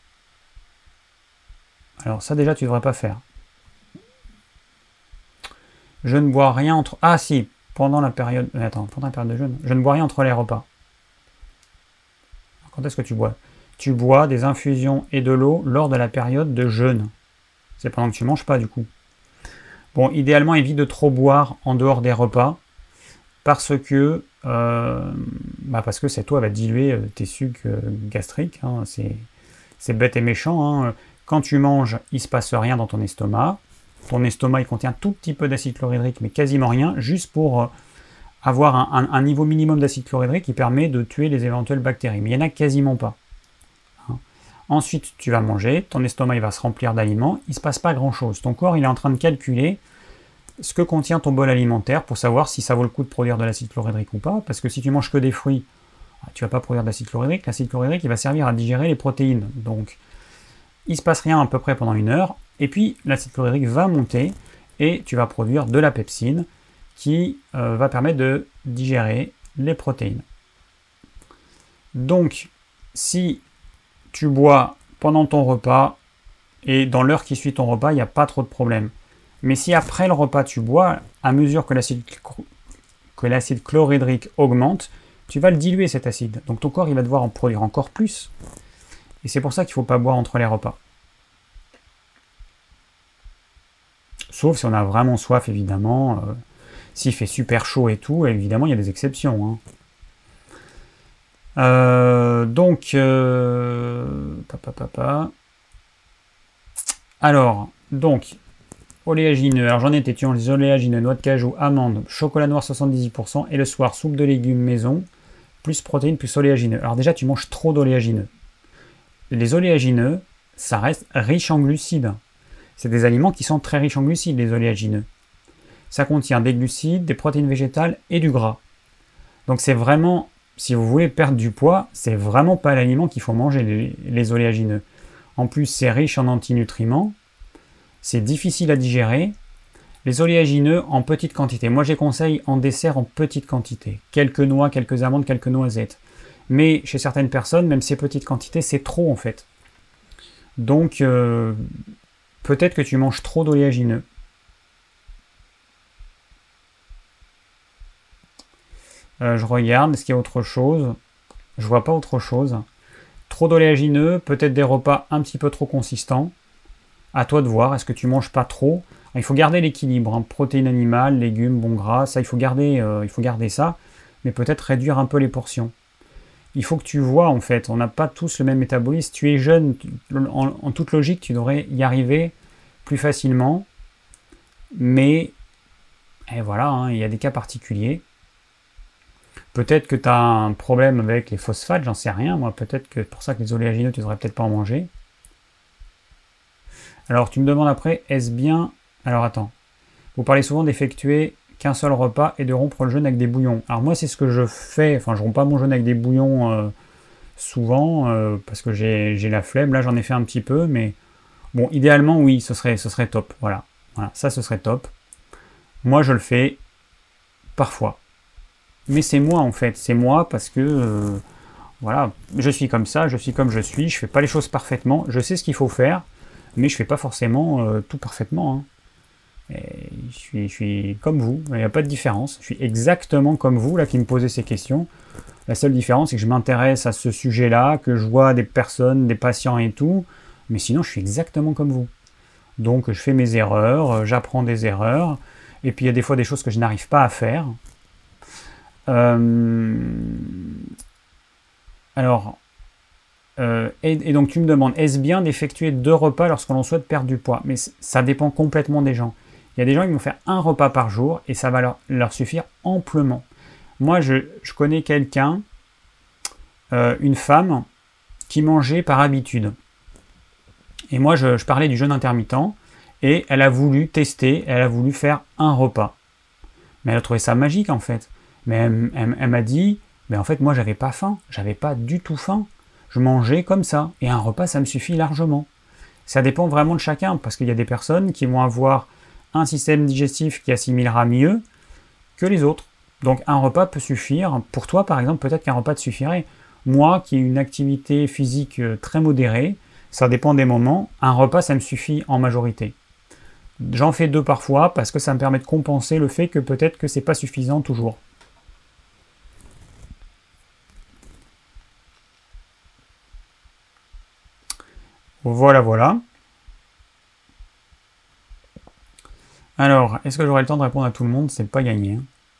Alors ça déjà tu ne devrais pas faire. Je ne bois rien entre... Ah si, pendant la période... pendant la période de jeûne. Je ne bois rien entre les repas. Quand est-ce que tu bois? Tu bois des infusions et de l'eau lors de la période de jeûne. C'est pendant que tu manges pas, du coup. Bon, idéalement, évite de trop boire en dehors des repas, parce que cette eau va diluer tes sucs gastriques. Hein. C'est bête et méchant. Hein. Quand tu manges, il ne se passe rien dans ton estomac. Ton estomac, il contient tout petit peu d'acide chlorhydrique, mais quasiment rien, juste pour avoir un niveau minimum d'acide chlorhydrique qui permet de tuer les éventuelles bactéries. Mais il n'y en a quasiment pas. Hein. Ensuite, tu vas manger, ton estomac il va se remplir d'aliments, il ne se passe pas grand-chose. Ton corps il est en train de calculer ce que contient ton bol alimentaire pour savoir si ça vaut le coup de produire de l'acide chlorhydrique ou pas, parce que si tu manges que des fruits, tu ne vas pas produire d'acide chlorhydrique. L'acide chlorhydrique il va servir à digérer les protéines. Donc, il ne se passe rien à peu près pendant 1 heure, et puis l'acide chlorhydrique va monter, et tu vas produire de la pepsine, qui va permettre de digérer les protéines. Donc, si tu bois pendant ton repas, et dans l'heure qui suit ton repas, il n'y a pas trop de problème. Mais si après le repas tu bois, à mesure que l'acide chlorhydrique augmente, tu vas le diluer cet acide. Donc ton corps il va devoir en produire encore plus. Et c'est pour ça qu'il ne faut pas boire entre les repas. Sauf si on a vraiment soif, évidemment. S'il fait super chaud et tout, évidemment, il y a des exceptions. Hein. Donc, oléagineux. Alors j'en étais les oléagineux, noix de cajou, amandes, chocolat noir 78%, et le soir, soupe de légumes maison, plus protéines, plus oléagineux. Alors déjà, tu manges trop d'oléagineux. Les oléagineux, ça reste riche en glucides. C'est des aliments qui sont très riches en glucides, les oléagineux. Ça contient des glucides, des protéines végétales et du gras. Donc c'est vraiment, si vous voulez perdre du poids, c'est vraiment pas l'aliment qu'il faut manger, les oléagineux. En plus, c'est riche en antinutriments, c'est difficile à digérer. Les oléagineux en petite quantité. Moi, je les conseille en dessert en petite quantité. Quelques noix, quelques amandes, quelques noisettes. Mais chez certaines personnes, même ces petites quantités, c'est trop en fait. Donc, peut-être que tu manges trop d'oléagineux. Je regarde, est-ce qu'il y a autre chose? Je vois pas autre chose. Trop d'oléagineux, peut-être des repas un petit peu trop consistants. À toi de voir, est-ce que tu manges pas trop? Il faut garder l'équilibre, hein. Protéines animales, légumes, bon gras, ça il faut garder ça, mais peut-être réduire un peu les portions. Il faut que tu vois en fait, on n'a pas tous le même métabolisme. Tu es jeune, en toute logique, tu devrais y arriver plus facilement, mais voilà, hein, il y a des cas particuliers. Peut-être que tu as un problème avec les phosphates, j'en sais rien, moi peut-être que c'est pour ça que les oléagineux, tu devrais peut-être pas en manger. Alors tu me demandes après, est-ce bien... Alors attends, vous parlez souvent d'effectuer qu'un seul repas et de rompre le jeûne avec des bouillons. Alors moi c'est ce que je fais, enfin je romps pas mon jeûne avec des bouillons souvent, parce que j'ai la flemme, là j'en ai fait un petit peu, mais bon idéalement oui, ce serait top, voilà, ça ce serait top. Moi je le fais parfois. Mais c'est moi en fait, c'est moi parce que voilà, je suis comme ça, je suis comme je suis, je fais pas les choses parfaitement, je sais ce qu'il faut faire, mais je fais pas forcément tout parfaitement. Hein. Et je suis comme vous, il n'y a pas de différence, je suis exactement comme vous là qui me posez ces questions. La seule différence c'est que je m'intéresse à ce sujet-là, que je vois des personnes, des patients et tout, mais sinon je suis exactement comme vous. Donc je fais mes erreurs, j'apprends des erreurs, et puis il y a des fois des choses que je n'arrive pas à faire. Et donc tu me demandes, est-ce bien d'effectuer 2 repas lorsque l'on souhaite perdre du poids? Mais ça dépend complètement des gens. Il y a des gens qui vont faire 1 repas par jour et ça va leur suffire amplement. Moi, je connais quelqu'un, une femme, qui mangeait par habitude. Et moi, je parlais du jeûne intermittent et elle a voulu tester, elle a voulu faire 1 repas. Mais elle a trouvé ça magique en fait. Mais elle m'a dit, mais en fait moi j'avais pas faim, j'avais pas du tout faim. Je mangeais comme ça, et 1 repas ça me suffit largement. Ça dépend vraiment de chacun, parce qu'il y a des personnes qui vont avoir un système digestif qui assimilera mieux que les autres. Donc 1 repas peut suffire. Pour toi par exemple, peut-être qu'1 repas te suffirait. Moi qui ai une activité physique très modérée, ça dépend des moments, 1 repas ça me suffit en majorité. J'en fais 2 parfois parce que ça me permet de compenser le fait que peut-être que c'est pas suffisant toujours. Voilà. Alors, est-ce que j'aurai le temps de répondre à tout le monde? C'est pas gagné.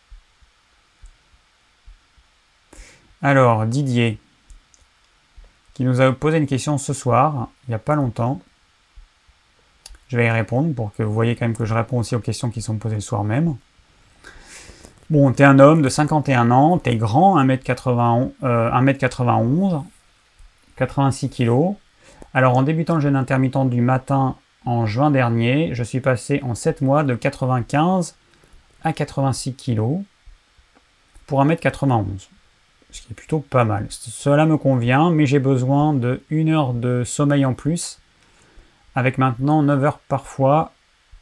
Alors, Didier, qui nous a posé une question ce soir, il n'y a pas longtemps. Je vais y répondre pour que vous voyez quand même que je réponds aussi aux questions qui sont posées le soir même. Bon, t'es un homme de 51 ans, t'es grand, 1m91, 86 kg. Alors, en débutant le jeûne intermittent du matin en juin dernier, je suis passé en 7 mois de 95 à 86 kg pour 1m91. Ce qui est plutôt pas mal. Cela me convient, mais j'ai besoin de 1 heure de sommeil en plus, avec maintenant 9 heures parfois,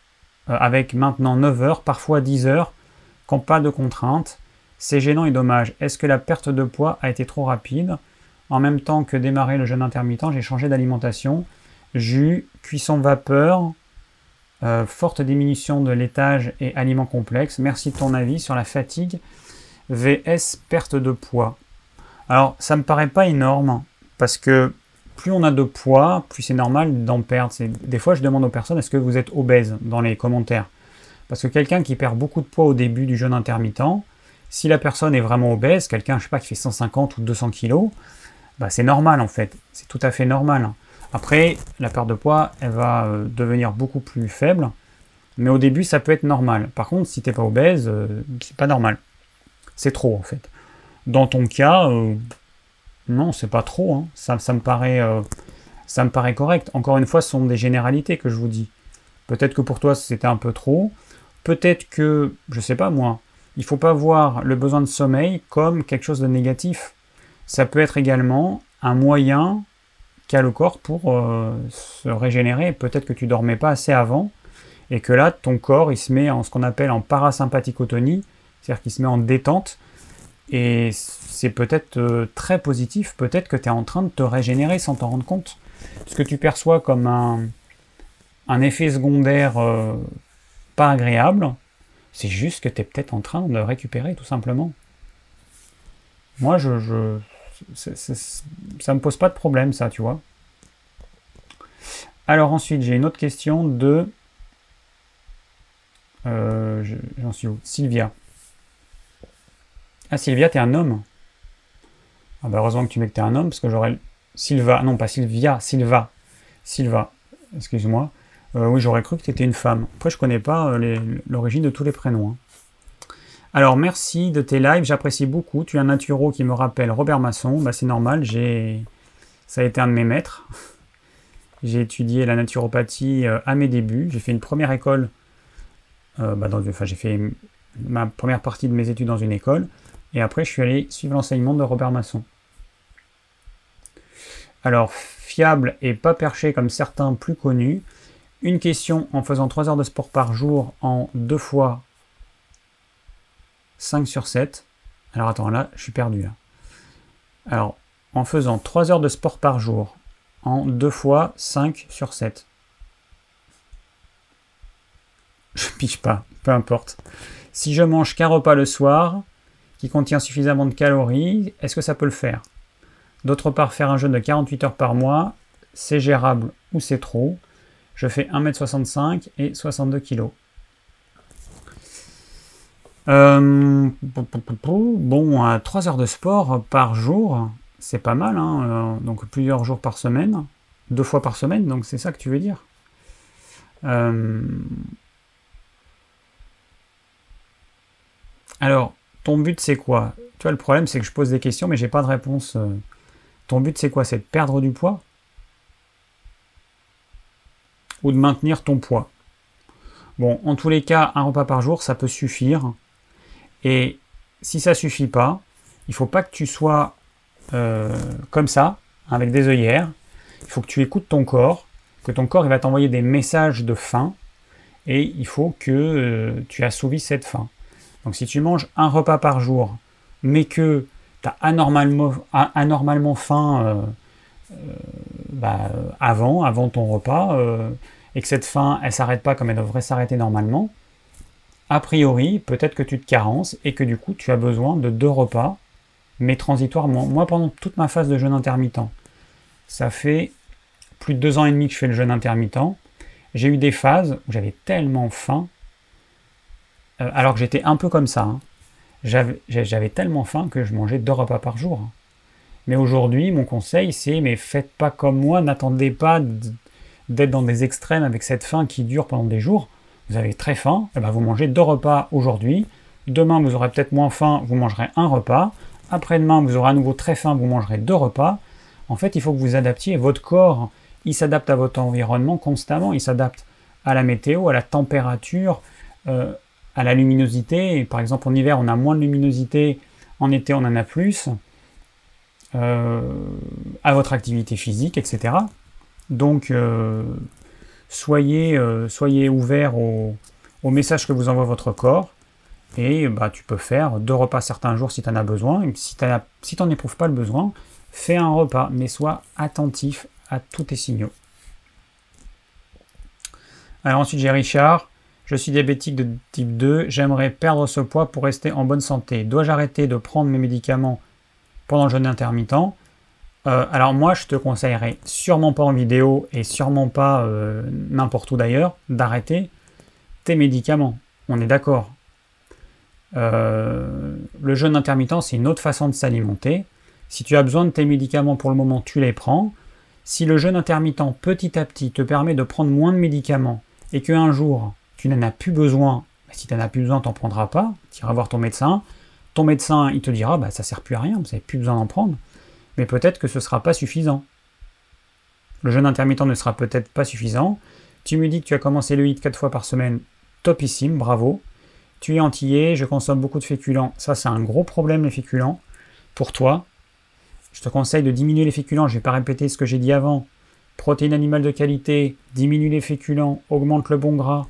parfois 10 heures, quand pas de contraintes. C'est gênant et dommage. Est-ce que la perte de poids a été trop rapide? En même temps que démarrer le jeûne intermittent, j'ai changé d'alimentation. Jus, cuisson vapeur, forte diminution de laitage et aliments complexes. Merci de ton avis sur la fatigue vs perte de poids. Alors, ça me paraît pas énorme, parce que plus on a de poids, plus c'est normal d'en perdre. Des fois, je demande aux personnes, est-ce que vous êtes obèse, dans les commentaires? Parce que quelqu'un qui perd beaucoup de poids au début du jeûne intermittent, si la personne est vraiment obèse, quelqu'un, je sais pas, qui fait 150 ou 200 kg, bah c'est normal en fait, c'est tout à fait normal. Après, la perte de poids, elle va devenir beaucoup plus faible, mais au début, ça peut être normal. Par contre, si t'es pas obèse, c'est pas normal. C'est trop en fait. Dans ton cas, non, c'est pas trop. Hein. Ça me paraît correct. Encore une fois, ce sont des généralités que je vous dis. Peut-être que pour toi, c'était un peu trop. Peut-être que, je sais pas moi, il faut pas voir le besoin de sommeil comme quelque chose de négatif. Ça peut être également un moyen qu'a le corps pour se régénérer. Peut-être que tu dormais pas assez avant et que là, ton corps, il se met en ce qu'on appelle en parasympathicotonie, c'est-à-dire qu'il se met en détente. Et c'est peut-être très positif, peut-être que tu es en train de te régénérer sans t'en rendre compte. Ce que tu perçois comme un effet secondaire pas agréable, c'est juste que tu es peut-être en train de récupérer tout simplement. Moi, ça me pose pas de problème ça, tu vois. Alors ensuite, j'ai une autre question de... j'en suis où? Sylvia. Ah, Sylvia, t'es un homme? Ah bah heureusement que tu mets que t'es un homme, parce que j'aurais... Sylva, non pas Sylvia, Sylva. Sylva, excuse-moi. Oui, j'aurais cru que t'étais une femme. Après, je connais pas l'origine de tous les prénoms. Hein. Alors, merci de tes lives, j'apprécie beaucoup. Tu es un naturo qui me rappelle Robert Masson. Bah c'est normal, ça a été un de mes maîtres. J'ai étudié la naturopathie à mes débuts. J'ai fait une première école... j'ai fait ma première partie de mes études dans une école. Et après, je suis allé suivre l'enseignement de Robert Masson. Alors, fiable et pas perché comme certains plus connus. Une question en faisant 3 heures de sport par jour en 2 fois 5 sur 7. Alors, attends, là, je suis perdu. Là. Alors, en faisant 3 heures de sport par jour en 2 fois 5 sur 7. Je piche pas, peu importe. Si je mange qu'un repas le soir, qui contient suffisamment de calories, est-ce que ça peut le faire? D'autre part, faire un jeûne de 48 heures par mois, c'est gérable ou c'est trop? Je fais 1m65 et 62 kg. Bon, 3 heures de sport par jour, c'est pas mal, hein, donc plusieurs jours par semaine, 2 fois par semaine, donc c'est ça que tu veux dire. Alors, ton but c'est quoi? Tu vois, le problème c'est que je pose des questions mais j'ai pas de réponse. Ton but c'est quoi? C'est de perdre du poids? Ou de maintenir ton poids? Bon, en tous les cas, un repas par jour, ça peut suffire. Et si ça suffit pas, il faut pas que tu sois comme ça, avec des œillères. Il faut que tu écoutes ton corps, que ton corps il va t'envoyer des messages de faim, et il faut que tu assouvisses cette faim. Donc si tu manges un repas par jour, mais que tu as anormalement faim avant ton repas, et que cette faim, elle s'arrête pas comme elle devrait s'arrêter normalement, a priori, peut-être que tu te carences et que du coup, tu as besoin de 2 repas, mais transitoirement. Moi, pendant toute ma phase de jeûne intermittent, ça fait plus de 2 ans et demi que je fais le jeûne intermittent, j'ai eu des phases où j'avais tellement faim, alors que j'étais un peu comme ça, hein. J'avais tellement faim que je mangeais 2 repas par jour. Mais aujourd'hui, mon conseil, c'est mais faites pas comme moi, n'attendez pas d'être dans des extrêmes avec cette faim qui dure pendant des jours. Vous avez très faim, et ben vous mangez 2 repas aujourd'hui. Demain, vous aurez peut-être moins faim, vous mangerez 1 repas. Après-demain, vous aurez à nouveau très faim, vous mangerez 2 repas. En fait, il faut que vous adaptiez. Votre corps, il s'adapte à votre environnement constamment. Il s'adapte à la météo, à la température, à la luminosité. Par exemple, en hiver, on a moins de luminosité. En été, on en a plus. À votre activité physique, etc. Donc, soyez ouverts au message que vous envoie votre corps. Et tu peux faire 2 repas certains jours si tu en as besoin. Et si tu n'en éprouves pas le besoin, fais un repas, mais sois attentif à tous tes signaux. Alors ensuite, j'ai Richard. Je suis diabétique de type 2. J'aimerais perdre ce poids pour rester en bonne santé. Dois-je arrêter de prendre mes médicaments pendant le jeûne intermittent? Alors moi, je te conseillerais sûrement pas en vidéo et sûrement pas n'importe où d'ailleurs, d'arrêter tes médicaments. On est d'accord. Le jeûne intermittent, c'est une autre façon de s'alimenter. Si tu as besoin de tes médicaments pour le moment, tu les prends. Si le jeûne intermittent, petit à petit, te permet de prendre moins de médicaments et qu'un jour, tu n'en as plus besoin, si tu n'en as plus besoin, tu n'en prendras pas, tu iras voir ton médecin. Ton médecin, il te dira, ça ne sert plus à rien, vous n'avez plus besoin d'en prendre. Mais peut-être que ce ne sera pas suffisant. Le jeûne intermittent ne sera peut-être pas suffisant. Tu me dis que tu as commencé le HIIT 4 fois par semaine, topissime, bravo. Tu es antillais, je consomme beaucoup de féculents. Ça, c'est un gros problème, les féculents, pour toi. Je te conseille de diminuer les féculents. Je ne vais pas répéter ce que j'ai dit avant. Protéines animales de qualité, diminue les féculents, augmente le bon gras.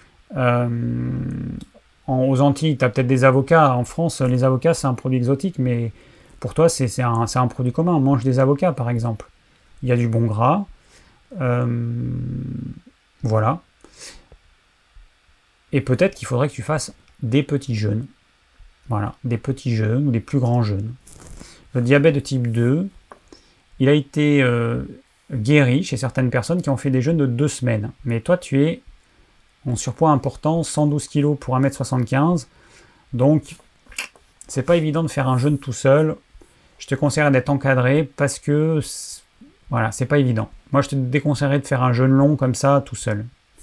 Aux Antilles, tu as peut-être des avocats. En France, les avocats, c'est un produit exotique, mais pour toi, c'est un produit commun. Mange des avocats, par exemple. Il y a du bon gras. Voilà. Et peut-être qu'il faudrait que tu fasses des petits jeûnes. Voilà, des petits jeûnes ou des plus grands jeûnes. Le diabète de type 2, il a été guéri chez certaines personnes qui ont fait des jeûnes de 2 semaines. Mais toi, tu es en surpoids important, 112 kg pour 1m75. Donc, c'est pas évident de faire un jeûne tout seul. Je te conseillerais d'être encadré parce que, voilà, c'est pas évident. Moi, je te déconseillerais de faire un jeûne long comme ça, tout seul.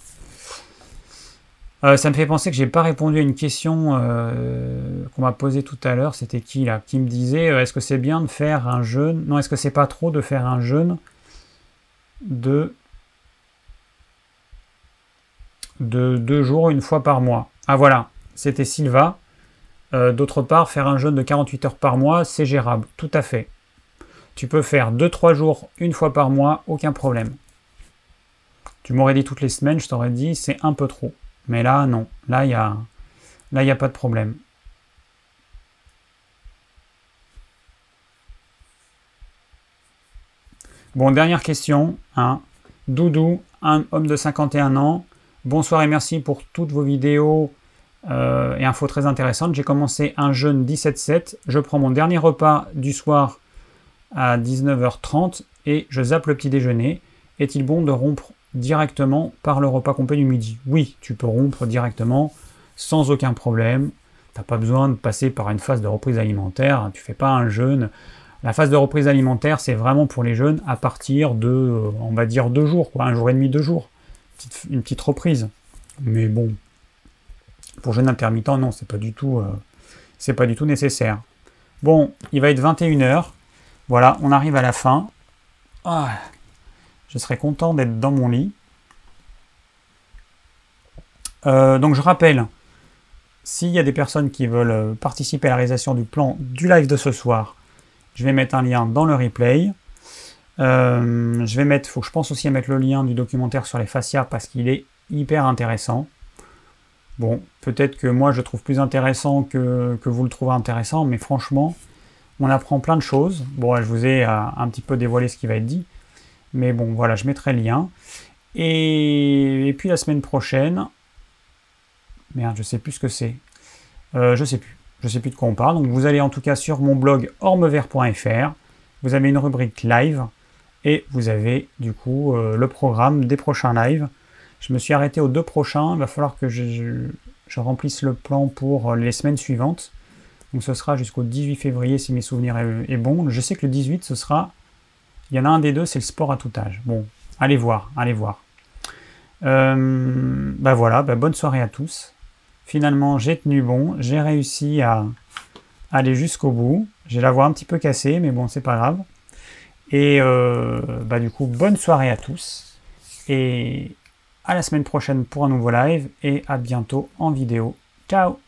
Ça me fait penser que j'ai pas répondu à une question qu'on m'a posée tout à l'heure. C'était qui là? Qui me disait est-ce que c'est bien de faire un jeûne? Non, est-ce que c'est pas trop de faire un jeûne de 2 jours une fois par mois? Ah voilà, c'était Sylva. D'autre part, faire un jeûne de 48 heures par mois, c'est gérable, tout à fait. Tu peux faire 2-3 jours une fois par mois, aucun problème. Tu m'aurais dit toutes les semaines, je t'aurais dit c'est un peu trop. Mais là, non. Là, il y a pas de problème. Bon, dernière question. Doudou, un homme de 51 ans. Bonsoir et merci pour toutes vos vidéos et infos très intéressantes. J'ai commencé un jeûne 17-7. Je prends mon dernier repas du soir à 19h30 et je zappe le petit déjeuner. Est-il bon de rompre directement par le repas complet du midi? Oui, tu peux rompre directement sans aucun problème. Tu n'as pas besoin de passer par une phase de reprise alimentaire. Tu ne fais pas un jeûne. La phase de reprise alimentaire, c'est vraiment pour les jeûnes à partir de, on va dire, 2 jours, quoi, 1 jour et demi, 2 jours. Une petite reprise. Mais bon, pour jeûne intermittent, non, c'est pas du tout nécessaire. Bon, il va être 21h. Voilà, on arrive à la fin. Je serais content d'être dans mon lit. Donc je rappelle, s'il y a des personnes qui veulent participer à la réalisation du plan du live de ce soir, je vais mettre un lien dans le replay. Je pense aussi à mettre le lien du documentaire sur les fascias parce qu'il est hyper intéressant. Bon, peut-être que moi je le trouve plus intéressant que vous le trouvez intéressant, mais franchement, on apprend plein de choses. Bon, je vous ai un petit peu dévoilé ce qui va être dit. Mais bon, voilà, je mettrai le lien. Et puis la semaine prochaine, merde, je sais plus ce que c'est. Je sais plus de quoi on parle. Donc vous allez en tout cas sur mon blog ormevert.fr, vous avez une rubrique live et vous avez du coup le programme des prochains lives. Je me suis arrêté aux 2 prochains, il va falloir que je remplisse le plan pour les semaines suivantes. Donc ce sera jusqu'au 18 février si mes souvenirs est bon. Je sais que le 18 ce sera, il y en a un des deux, c'est le sport à tout âge. Bon, allez voir. Voilà, bonne soirée à tous. Finalement, j'ai tenu bon, j'ai réussi à aller jusqu'au bout. J'ai la voix un petit peu cassée, mais bon, c'est pas grave. Et du coup, bonne soirée à tous. Et à la semaine prochaine pour un nouveau live. Et à bientôt en vidéo. Ciao!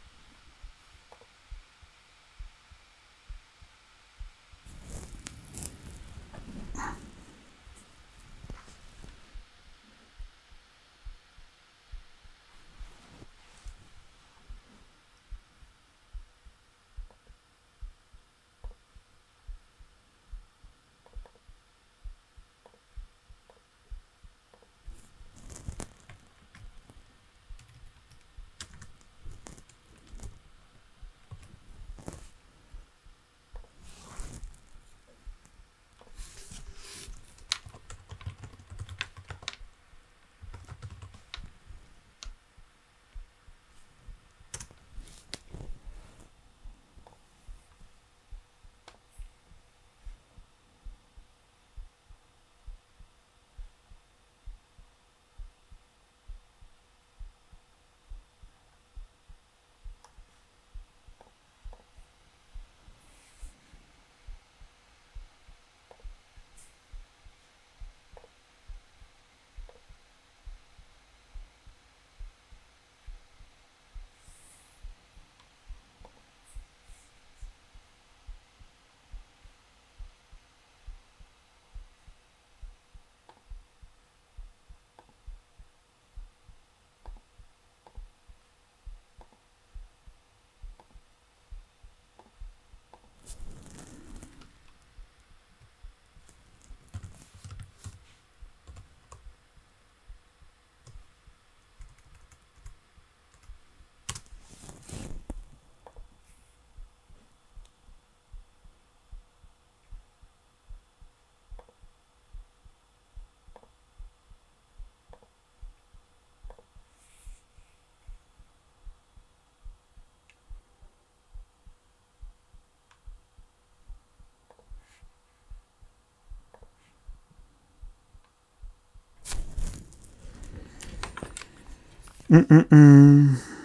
Hum, hum, hum.